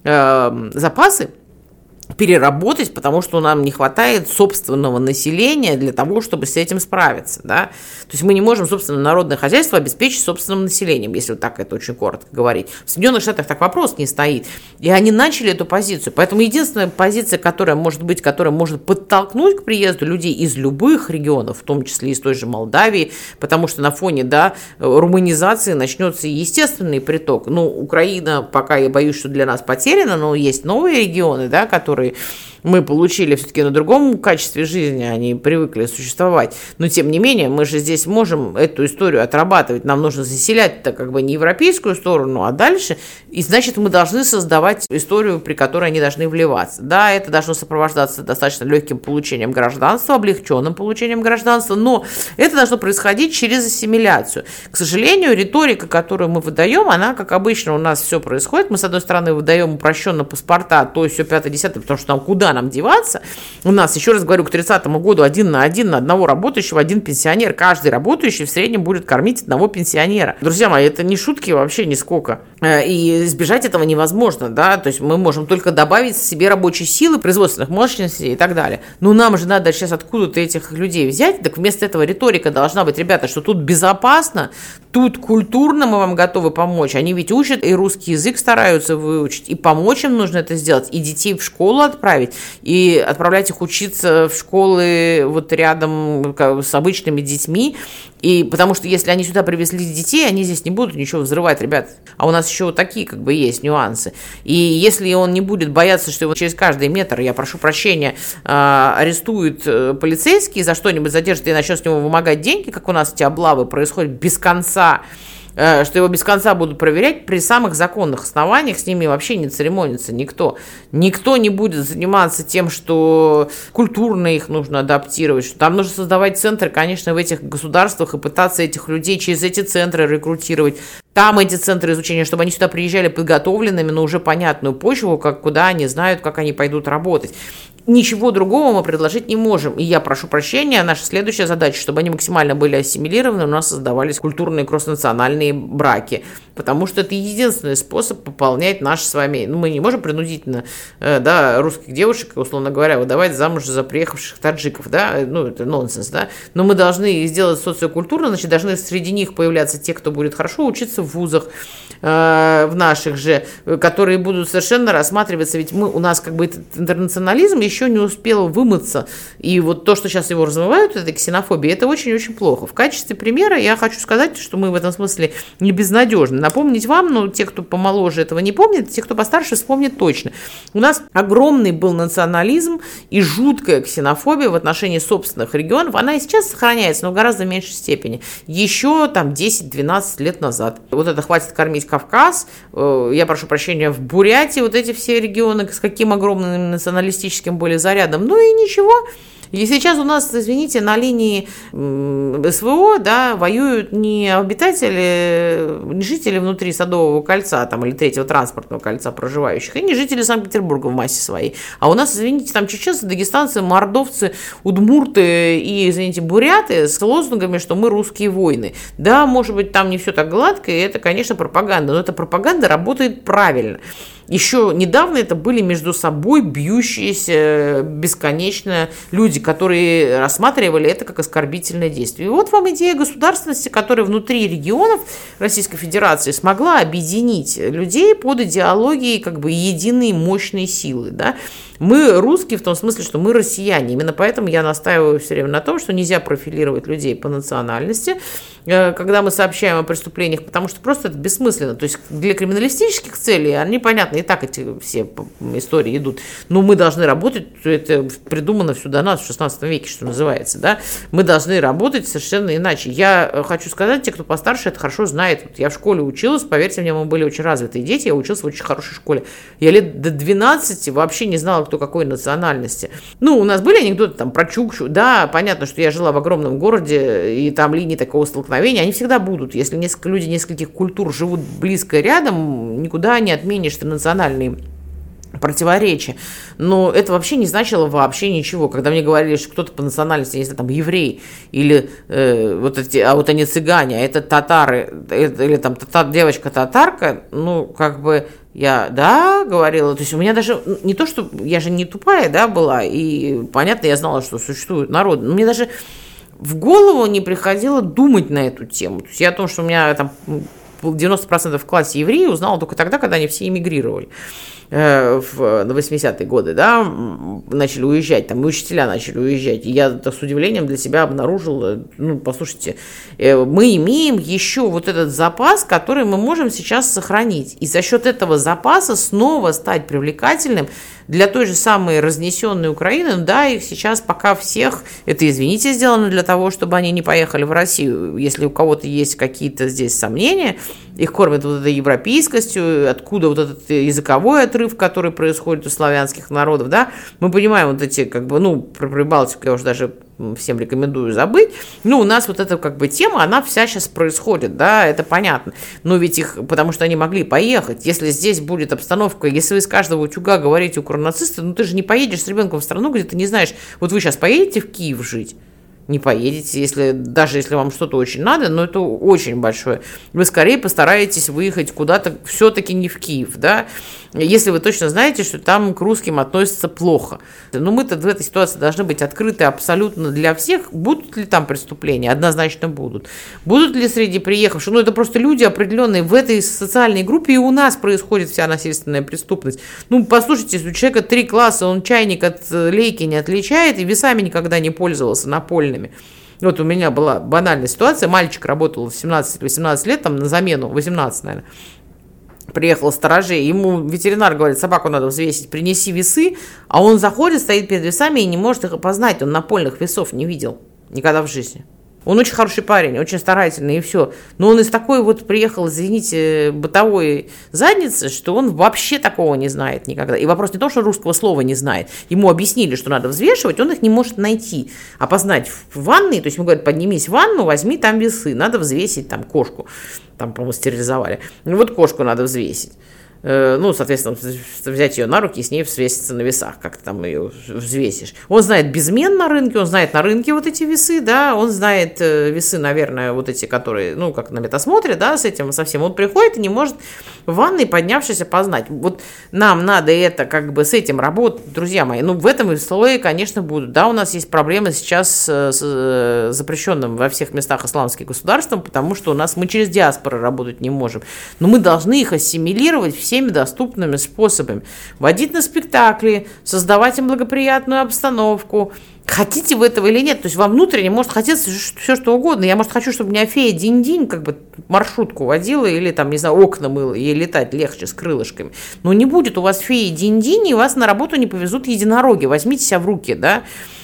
э, запасы переработать, потому что нам не хватает собственного населения для того, чтобы с этим справиться, да, то есть мы не можем, собственно, народное хозяйство обеспечить собственным населением, если вот так это очень коротко говорить. В Соединенных Штатах так вопрос не стоит, и они начали эту позицию, поэтому единственная позиция, которая может быть, которая может подтолкнуть к приезду людей из любых регионов, в том числе из той же Молдавии, потому что на фоне, да, румынизации начнется естественный приток, ну, Украина, пока я боюсь, что для нас потеряна, но есть новые регионы, да, которые мы получили все-таки на другом качестве жизни, они привыкли существовать. Но, тем не менее, мы же здесь можем эту историю отрабатывать. Нам нужно заселять-то как бы не европейскую сторону, а дальше. И, значит, мы должны создавать историю, при которой они должны вливаться. Да, это должно сопровождаться достаточно легким получением гражданства, облегченным получением гражданства, но это должно происходить через ассимиляцию. К сожалению, риторика, которую мы выдаем, она, как обычно, у нас все происходит. Мы, с одной стороны, выдаем упрощенно паспорта, то есть все пятое-десятое, потому что нам куда нам деваться? У нас, еще раз говорю, к тридцатому году один на один на одного работающего, один пенсионер. Каждый работающий в среднем будет кормить одного пенсионера. Друзья мои, это не шутки вообще нисколько. И избежать этого невозможно, да, то есть мы можем только добавить себе рабочей силы, производственных мощностей и так далее. Но нам же надо сейчас откуда-то этих людей взять, так вместо этого риторика должна быть, ребята, что тут безопасно, тут культурно мы вам готовы помочь. Они ведь учат, и русский язык стараются выучить, и помочь им нужно это сделать, и детей в школу отправить. и отправлять их учиться в школы вот рядом с обычными детьми. И потому что если они сюда привезли детей, они здесь не будут ничего взрывать, ребят. А у нас еще вот такие как бы есть нюансы. И если он не будет бояться, что его через каждый метр, я прошу прощения, арестуют полицейские, за что-нибудь задержат и начнет с него вымогать деньги, как у нас эти облавы происходят без конца, что его без конца будут проверять при самых законных основаниях, с ними вообще не церемонится никто. Никто не будет заниматься тем, что культурно их нужно адаптировать, что там нужно создавать центры, конечно, в этих государствах и пытаться этих людей через эти центры рекрутировать. Там эти центры изучения, чтобы они сюда приезжали подготовленными на уже понятную почву, как, куда они знают, как они пойдут работать. Ничего другого мы предложить не можем. И я прошу прощения, наша следующая задача, чтобы они максимально были ассимилированы, у нас создавались культурные кросснациональные браки. Потому что это единственный способ пополнять наши с вами... Ну, мы не можем принудительно, э, да, русских девушек, условно говоря, выдавать замуж за приехавших таджиков, да, ну, это нонсенс, да. Но мы должны сделать социокультурно, значит, должны среди них появляться те, кто будет хорошо учиться в вузах, э, в наших же, которые будут совершенно рассматриваться, ведь мы, у нас как бы этот интернационализм еще не успел вымыться, и вот то, что сейчас его размывают, это ксенофобия, это очень-очень плохо. В качестве примера я хочу сказать, что мы в этом смысле не безнадежны. Напомнить вам, ну, те, кто помоложе этого не помнит, те, кто постарше, вспомнит точно. У нас огромный был национализм и жуткая ксенофобия в отношении собственных регионов. Она и сейчас сохраняется, но в гораздо меньшей степени. Еще там десять-двенадцать лет назад. Вот это хватит кормить Кавказ. Я прошу прощения, в Бурятии вот эти все регионы с каким огромным националистическим были зарядом. Ну и ничего. И сейчас у нас, извините, на линии СВО, да, воюют не обитатели, не жители внутри Садового кольца там, или Третьего транспортного кольца проживающих, и не жители Санкт-Петербурга в массе своей. А у нас, извините, там чеченцы, дагестанцы, мордовцы, удмурты и, извините, буряты с лозунгами, что мы русские воины. Да, может быть, там не все так гладко, и это, конечно, пропаганда, но эта пропаганда работает правильно. Еще недавно это были между собой бьющиеся бесконечно люди, которые рассматривали это как оскорбительное действие. И вот вам идея государственности, которая внутри регионов Российской Федерации смогла объединить людей под идеологией как бы единой мощной силы. Да? Мы русские в том смысле, что мы россияне. Именно поэтому я настаиваю все время на том, что нельзя профилировать людей по национальности, когда мы сообщаем о преступлениях, потому что просто это бессмысленно. То есть для криминалистических целей, они, понятно, и так эти все истории идут, но мы должны работать, это придумано все до нас в шестнадцатом веке, что называется, да, мы должны работать совершенно иначе. Я хочу сказать, те, кто постарше, это хорошо знает. Вот я в школе училась, поверьте мне, мы были очень развитые дети, я училась в очень хорошей школе. Я лет до двенадцати вообще не знала, кто какой национальности. Ну, у нас были анекдоты там про Чукчу, да, понятно, что я жила в огромном городе, и там линии такого столкновения, они всегда будут. Если несколько люди нескольких культур живут близко рядом, никуда не отменишь ты национальные противоречия. Но это вообще не значило вообще ничего. Когда мне говорили, что кто-то по национальности, если там еврей, или э, вот эти, а вот они цыгане, а это татары, это, или там татар, девочка-татарка, ну, как бы я, да, говорила, то есть у меня даже не то, что я же не тупая, да, была, и понятно, я знала, что существуют народы, но мне даже в голову не приходило думать на эту тему. То есть я о том, что у меня там девяносто процентов в классе евреи, узнала только тогда, когда они все эмигрировали в восьмидесятые годы, да, начали уезжать, там и учителя начали уезжать, и я с удивлением для себя обнаружила, ну, послушайте, мы имеем еще вот этот запас, который мы можем сейчас сохранить, и за счет этого запаса снова стать привлекательным для той же самой разнесенной Украины. Да, их сейчас пока всех, это, извините, сделано для того, чтобы они не поехали в Россию. Если у кого-то есть какие-то здесь сомнения, их кормят вот этой европейскостью, откуда вот этот языковой отрыв, который происходит у славянских народов, да, мы понимаем вот эти, как бы, ну, про Прибалтику я уже даже всем рекомендую забыть, ну, у нас вот эта, как бы, тема, она вся сейчас происходит, да, это понятно, но ведь их, потому что они могли поехать, если здесь будет обстановка, если вы из каждого утюга говорите укронацисты, ну, ты же не поедешь с ребенком в страну, где ты не знаешь, вот вы сейчас поедете в Киев жить? Не поедете, если, даже если вам что-то очень надо, но это очень большое. Вы скорее постараетесь выехать куда-то, все-таки не в Киев, да. если вы точно знаете, что там к русским относятся плохо. Но мы-то в этой ситуации должны быть открыты абсолютно для всех. Будут ли там преступления? Однозначно будут. Будут ли среди приехавших? Ну, это просто люди определенные. В этой социальной группе и у нас происходит вся насильственная преступность. Ну, послушайте, если у человека три класса, он чайник от лейки не отличает и весами никогда не пользовался напольными. Вот у меня была банальная ситуация. Мальчик работал в семнадцать-восемнадцать лет, там на замену, восемнадцать, наверное. Приехал сторожей, ему ветеринар говорит, собаку надо взвесить, принеси весы, а он заходит, стоит перед весами и не может их опознать, он напольных весов не видел никогда в жизни. Он очень хороший парень, очень старательный и все. Но он из такой вот приехал, извините, бытовой задницы, что он вообще такого не знает никогда. И вопрос не в том, что русского слова не знает. Ему объяснили, что надо взвешивать, он их не может найти. Опознать в ванной, то есть ему говорят, поднимись в ванну, возьми там весы, надо взвесить там кошку. Там, по-моему, стерилизовали. Ну вот кошку надо взвесить. Ну, соответственно, взять ее на руки и с ней взвеситься на весах, как ты там ее взвесишь. Он знает безмен на рынке, он знает на рынке вот эти весы, да, он знает весы, наверное, вот эти, которые, ну, как на метасмотре, да, с этим совсем. Он приходит и не может в ванной, поднявшись, опознать. Вот нам надо это, как бы, с этим работать, друзья мои. Ну, в этом слое, конечно, будут. Да, у нас есть проблемы сейчас с запрещенным во всех местах исламским государством, потому что у нас мы через диаспору работать не можем. Но мы должны их ассимилировать все всеми доступными способами. Водить на спектакли, создавать им благоприятную обстановку. Хотите вы этого или нет? То есть вам внутренне может хотеться все, что угодно. Я, может, хочу, чтобы меня фея Динь-Динь как бы маршрутку водила или там, не знаю, окна мыла, ей летать легче с крылышками. Но не будет у вас феи Динь-Динь, и вас на работу не повезут единороги. Возьмите себя в руки, да?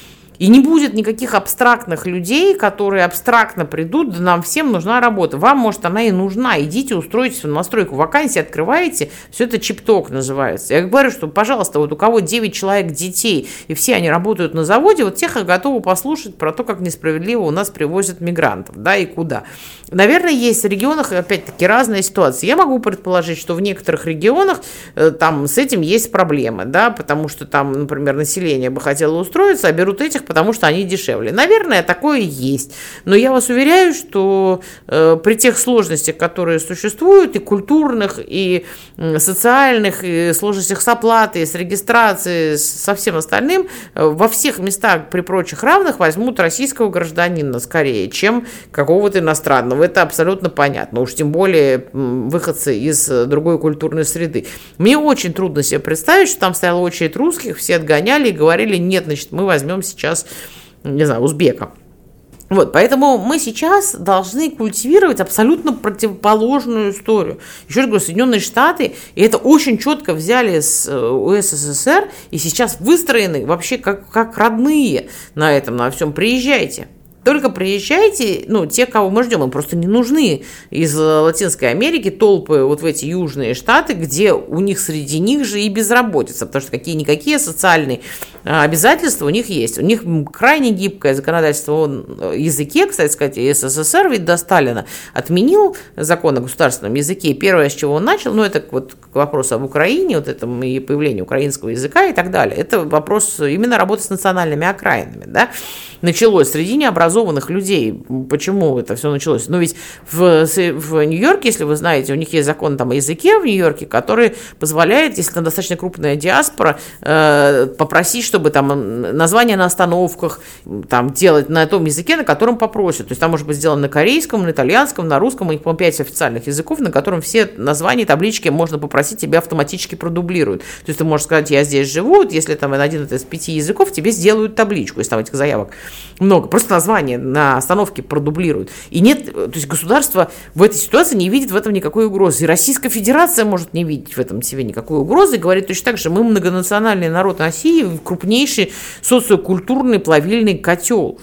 И не будет никаких абстрактных людей, которые абстрактно придут, да нам всем нужна работа. Вам, может, она и нужна. Идите, устройтесь в настройку вакансии, открываете, все это чип-ток называется. Я говорю, что, пожалуйста, вот у кого девять человек детей, и все они работают на заводе, вот тех я готова послушать про то, как несправедливо у нас привозят мигрантов, да, и куда. Наверное, есть в регионах, опять-таки, разная ситуация. Я могу предположить, что в некоторых регионах э, там с этим есть проблемы, да, потому что там, например, население бы хотело устроиться, а берут этих, потому что они дешевле. Наверное, такое есть. Но я вас уверяю, что э, при тех сложностях, которые существуют, и культурных, и э, социальных, и сложностях с оплатой, с регистрацией, со всем остальным, э, во всех местах при прочих равных возьмут российского гражданина скорее, чем какого-то иностранного. Это абсолютно понятно. Уж тем более выходцы из другой культурной среды. Мне очень трудно себе представить, что там стояла очередь русских, все отгоняли и говорили, нет, значит, мы возьмем сейчас, не знаю, узбека. Вот, поэтому мы сейчас должны культивировать абсолютно противоположную историю. Еще раз говорю, Соединенные Штаты, и это очень четко взяли с у эс эс эс эр, и сейчас выстроены вообще как, как родные на этом, на всем. Приезжайте. Только приезжайте, ну, те, кого мы ждем, им просто не нужны из Латинской Америки толпы вот в эти южные штаты, где у них среди них же и безработица, потому что какие-никакие социальные обязательства у них есть. У них крайне гибкое законодательство о языке, кстати сказать, эс эс эс эр ведь до Сталина отменил закон о государственном языке, и первое, с чего он начал, ну, это вот к вопросу об Украине, вот этому и появлению украинского языка и так далее, это вопрос именно работы с национальными окраинами, да, началось среди необразованных людей. Почему это все началось? Ну, ведь в, в Нью-Йорке, если вы знаете, у них есть закон там о языке в Нью-Йорке, который позволяет, если там достаточно крупная диаспора, э, попросить, чтобы там названия на остановках там делать на том языке, на котором попросят. То есть там может быть сделано на корейском, на итальянском, на русском, у них, по-моему, пять официальных языков, на котором все названия, таблички можно попросить, тебя автоматически продублируют. То есть ты можешь сказать, я здесь живу, вот если там на один из пяти языков, тебе сделают табличку, если там этих заявок много. Просто название на остановке продублируют. И нет, то есть государство в этой ситуации не видит в этом никакой угрозы. И Российская Федерация может не видеть в этом себе никакой угрозы и говорит точно так же, мы многонациональный народ России, крупнейший социокультурный плавильный котел.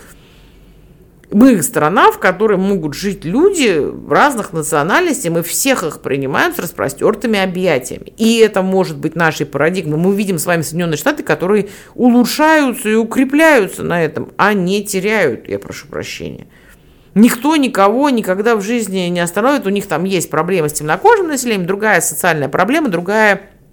Мы страна, в которой могут жить люди разных национальностей, мы всех их принимаем с распростертыми объятиями. И это может быть нашей парадигмой. Мы видим с вами Соединенные Штаты, которые улучшаются и укрепляются на этом, а не теряют, я прошу прощения. Никто никого никогда в жизни не остановит, у них там есть проблемы с темнокожим населением, другая социальная проблема, другая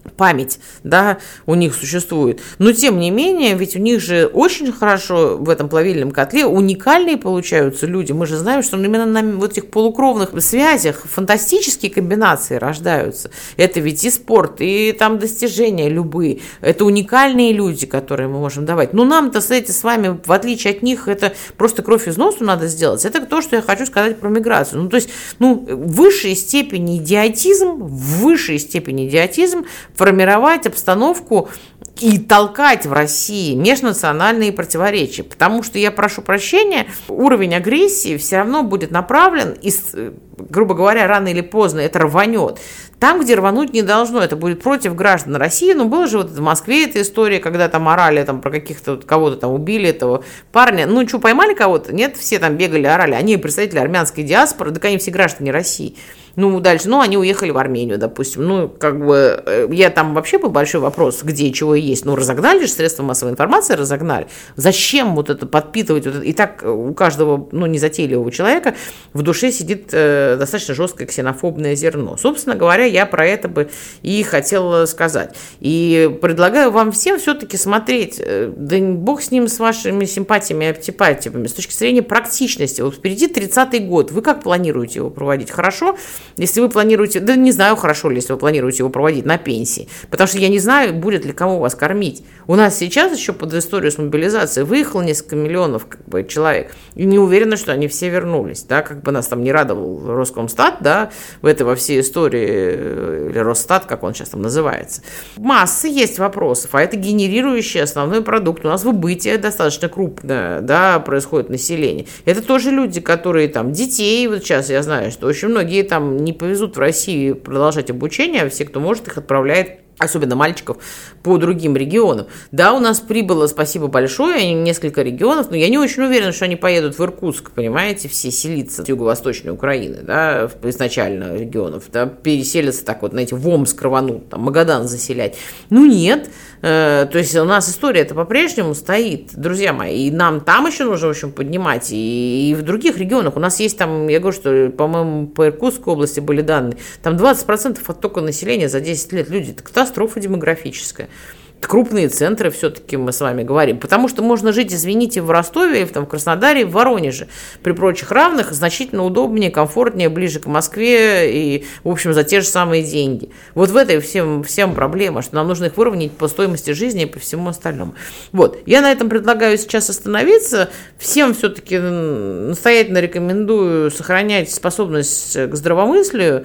память, да, у них существует. Но, тем не менее, ведь у них же очень хорошо в этом плавильном котле уникальные получаются люди. Мы же знаем, что именно на вот этих полукровных связях фантастические комбинации рождаются. Это ведь и спорт, и там достижения любые. Это уникальные люди, которые мы можем давать. Но нам-то, кстати, с вами, в отличие от них, это просто кровь из носу надо сделать. Это то, что я хочу сказать про миграцию. Ну, то есть, ну, в высшей степени идиотизм, в высшей степени идиотизм формировать обстановку и толкать в России межнациональные противоречия. Потому что, я прошу прощения, уровень агрессии все равно будет направлен, и, грубо говоря, рано или поздно это рванет. Там, где рвануть не должно, это будет против граждан России. Ну, была же вот в Москве эта история, когда там орали там, про каких-то, кого-то там убили, этого парня. Ну, что, поймали кого-то? Нет, все там бегали, орали. Они представители армянской диаспоры, так они все граждане России. Ну, дальше, ну, они уехали в Армению, допустим. Ну, как бы, я там вообще был большой вопрос, где и чего есть. Ну, разогнали же средства массовой информации, разогнали. Зачем вот это подпитывать? Вот это? И так у каждого, ну, незатейливого человека в душе сидит э, достаточно жесткое ксенофобное зерно. Собственно говоря, я про это бы и хотела сказать. И предлагаю вам всем все-таки смотреть, да бог с ним, с вашими симпатиями и антипатиями, с точки зрения практичности. Вот впереди тридцатый год. Вы как планируете его проводить? Хорошо? Если вы планируете, да не знаю, хорошо ли, если вы планируете его проводить на пенсии, потому что я не знаю, будет ли кому вас кормить. У нас сейчас еще под историю с мобилизацией выехало несколько миллионов как бы, человек, и не уверена, что они все вернулись, да, как бы нас там не радовал Роскомстат, да, в этой во всей истории, или Росстат, как он сейчас там называется. Масса есть вопросов, а это генерирующий основной продукт. У нас выбытие достаточно крупное, да, происходит население. Это тоже люди, которые там детей, вот сейчас я знаю, что очень многие там не повезут в Россию продолжать обучение, а все, кто может, их отправляет, особенно мальчиков, по другим регионам. Да, у нас прибыло, спасибо большое, несколько регионов, но я не очень уверена, что они поедут в Иркутск, понимаете, все селиться с юго-восточной Украины, да, изначально регионов, да, переселятся так вот, знаете, в Омск рванут, там, Магадан заселять. Ну, нет. Э, то есть у нас история-то по-прежнему стоит, друзья мои, и нам там еще нужно, в общем, поднимать, и, и в других регионах. У нас есть там, я говорю, что, по-моему, по Иркутской области были данные, там двадцать процентов оттока населения за десять лет. Люди, это катастрофа демографическая. Крупные центры все-таки мы с вами говорим, потому что можно жить, извините, в Ростове, там, в Краснодаре, в Воронеже, при прочих равных, значительно удобнее, комфортнее, ближе к Москве и, в общем, за те же самые деньги. Вот в этой всем, всем проблема, что нам нужно их выровнять по стоимости жизни и по всему остальному. Вот, я на этом предлагаю сейчас остановиться, всем все-таки настоятельно рекомендую сохранять способность к здравомыслию,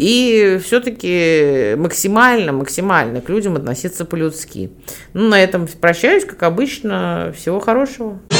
и все-таки максимально, максимально к людям относиться по-людски. Ну, на этом прощаюсь, как обычно. Всего хорошего.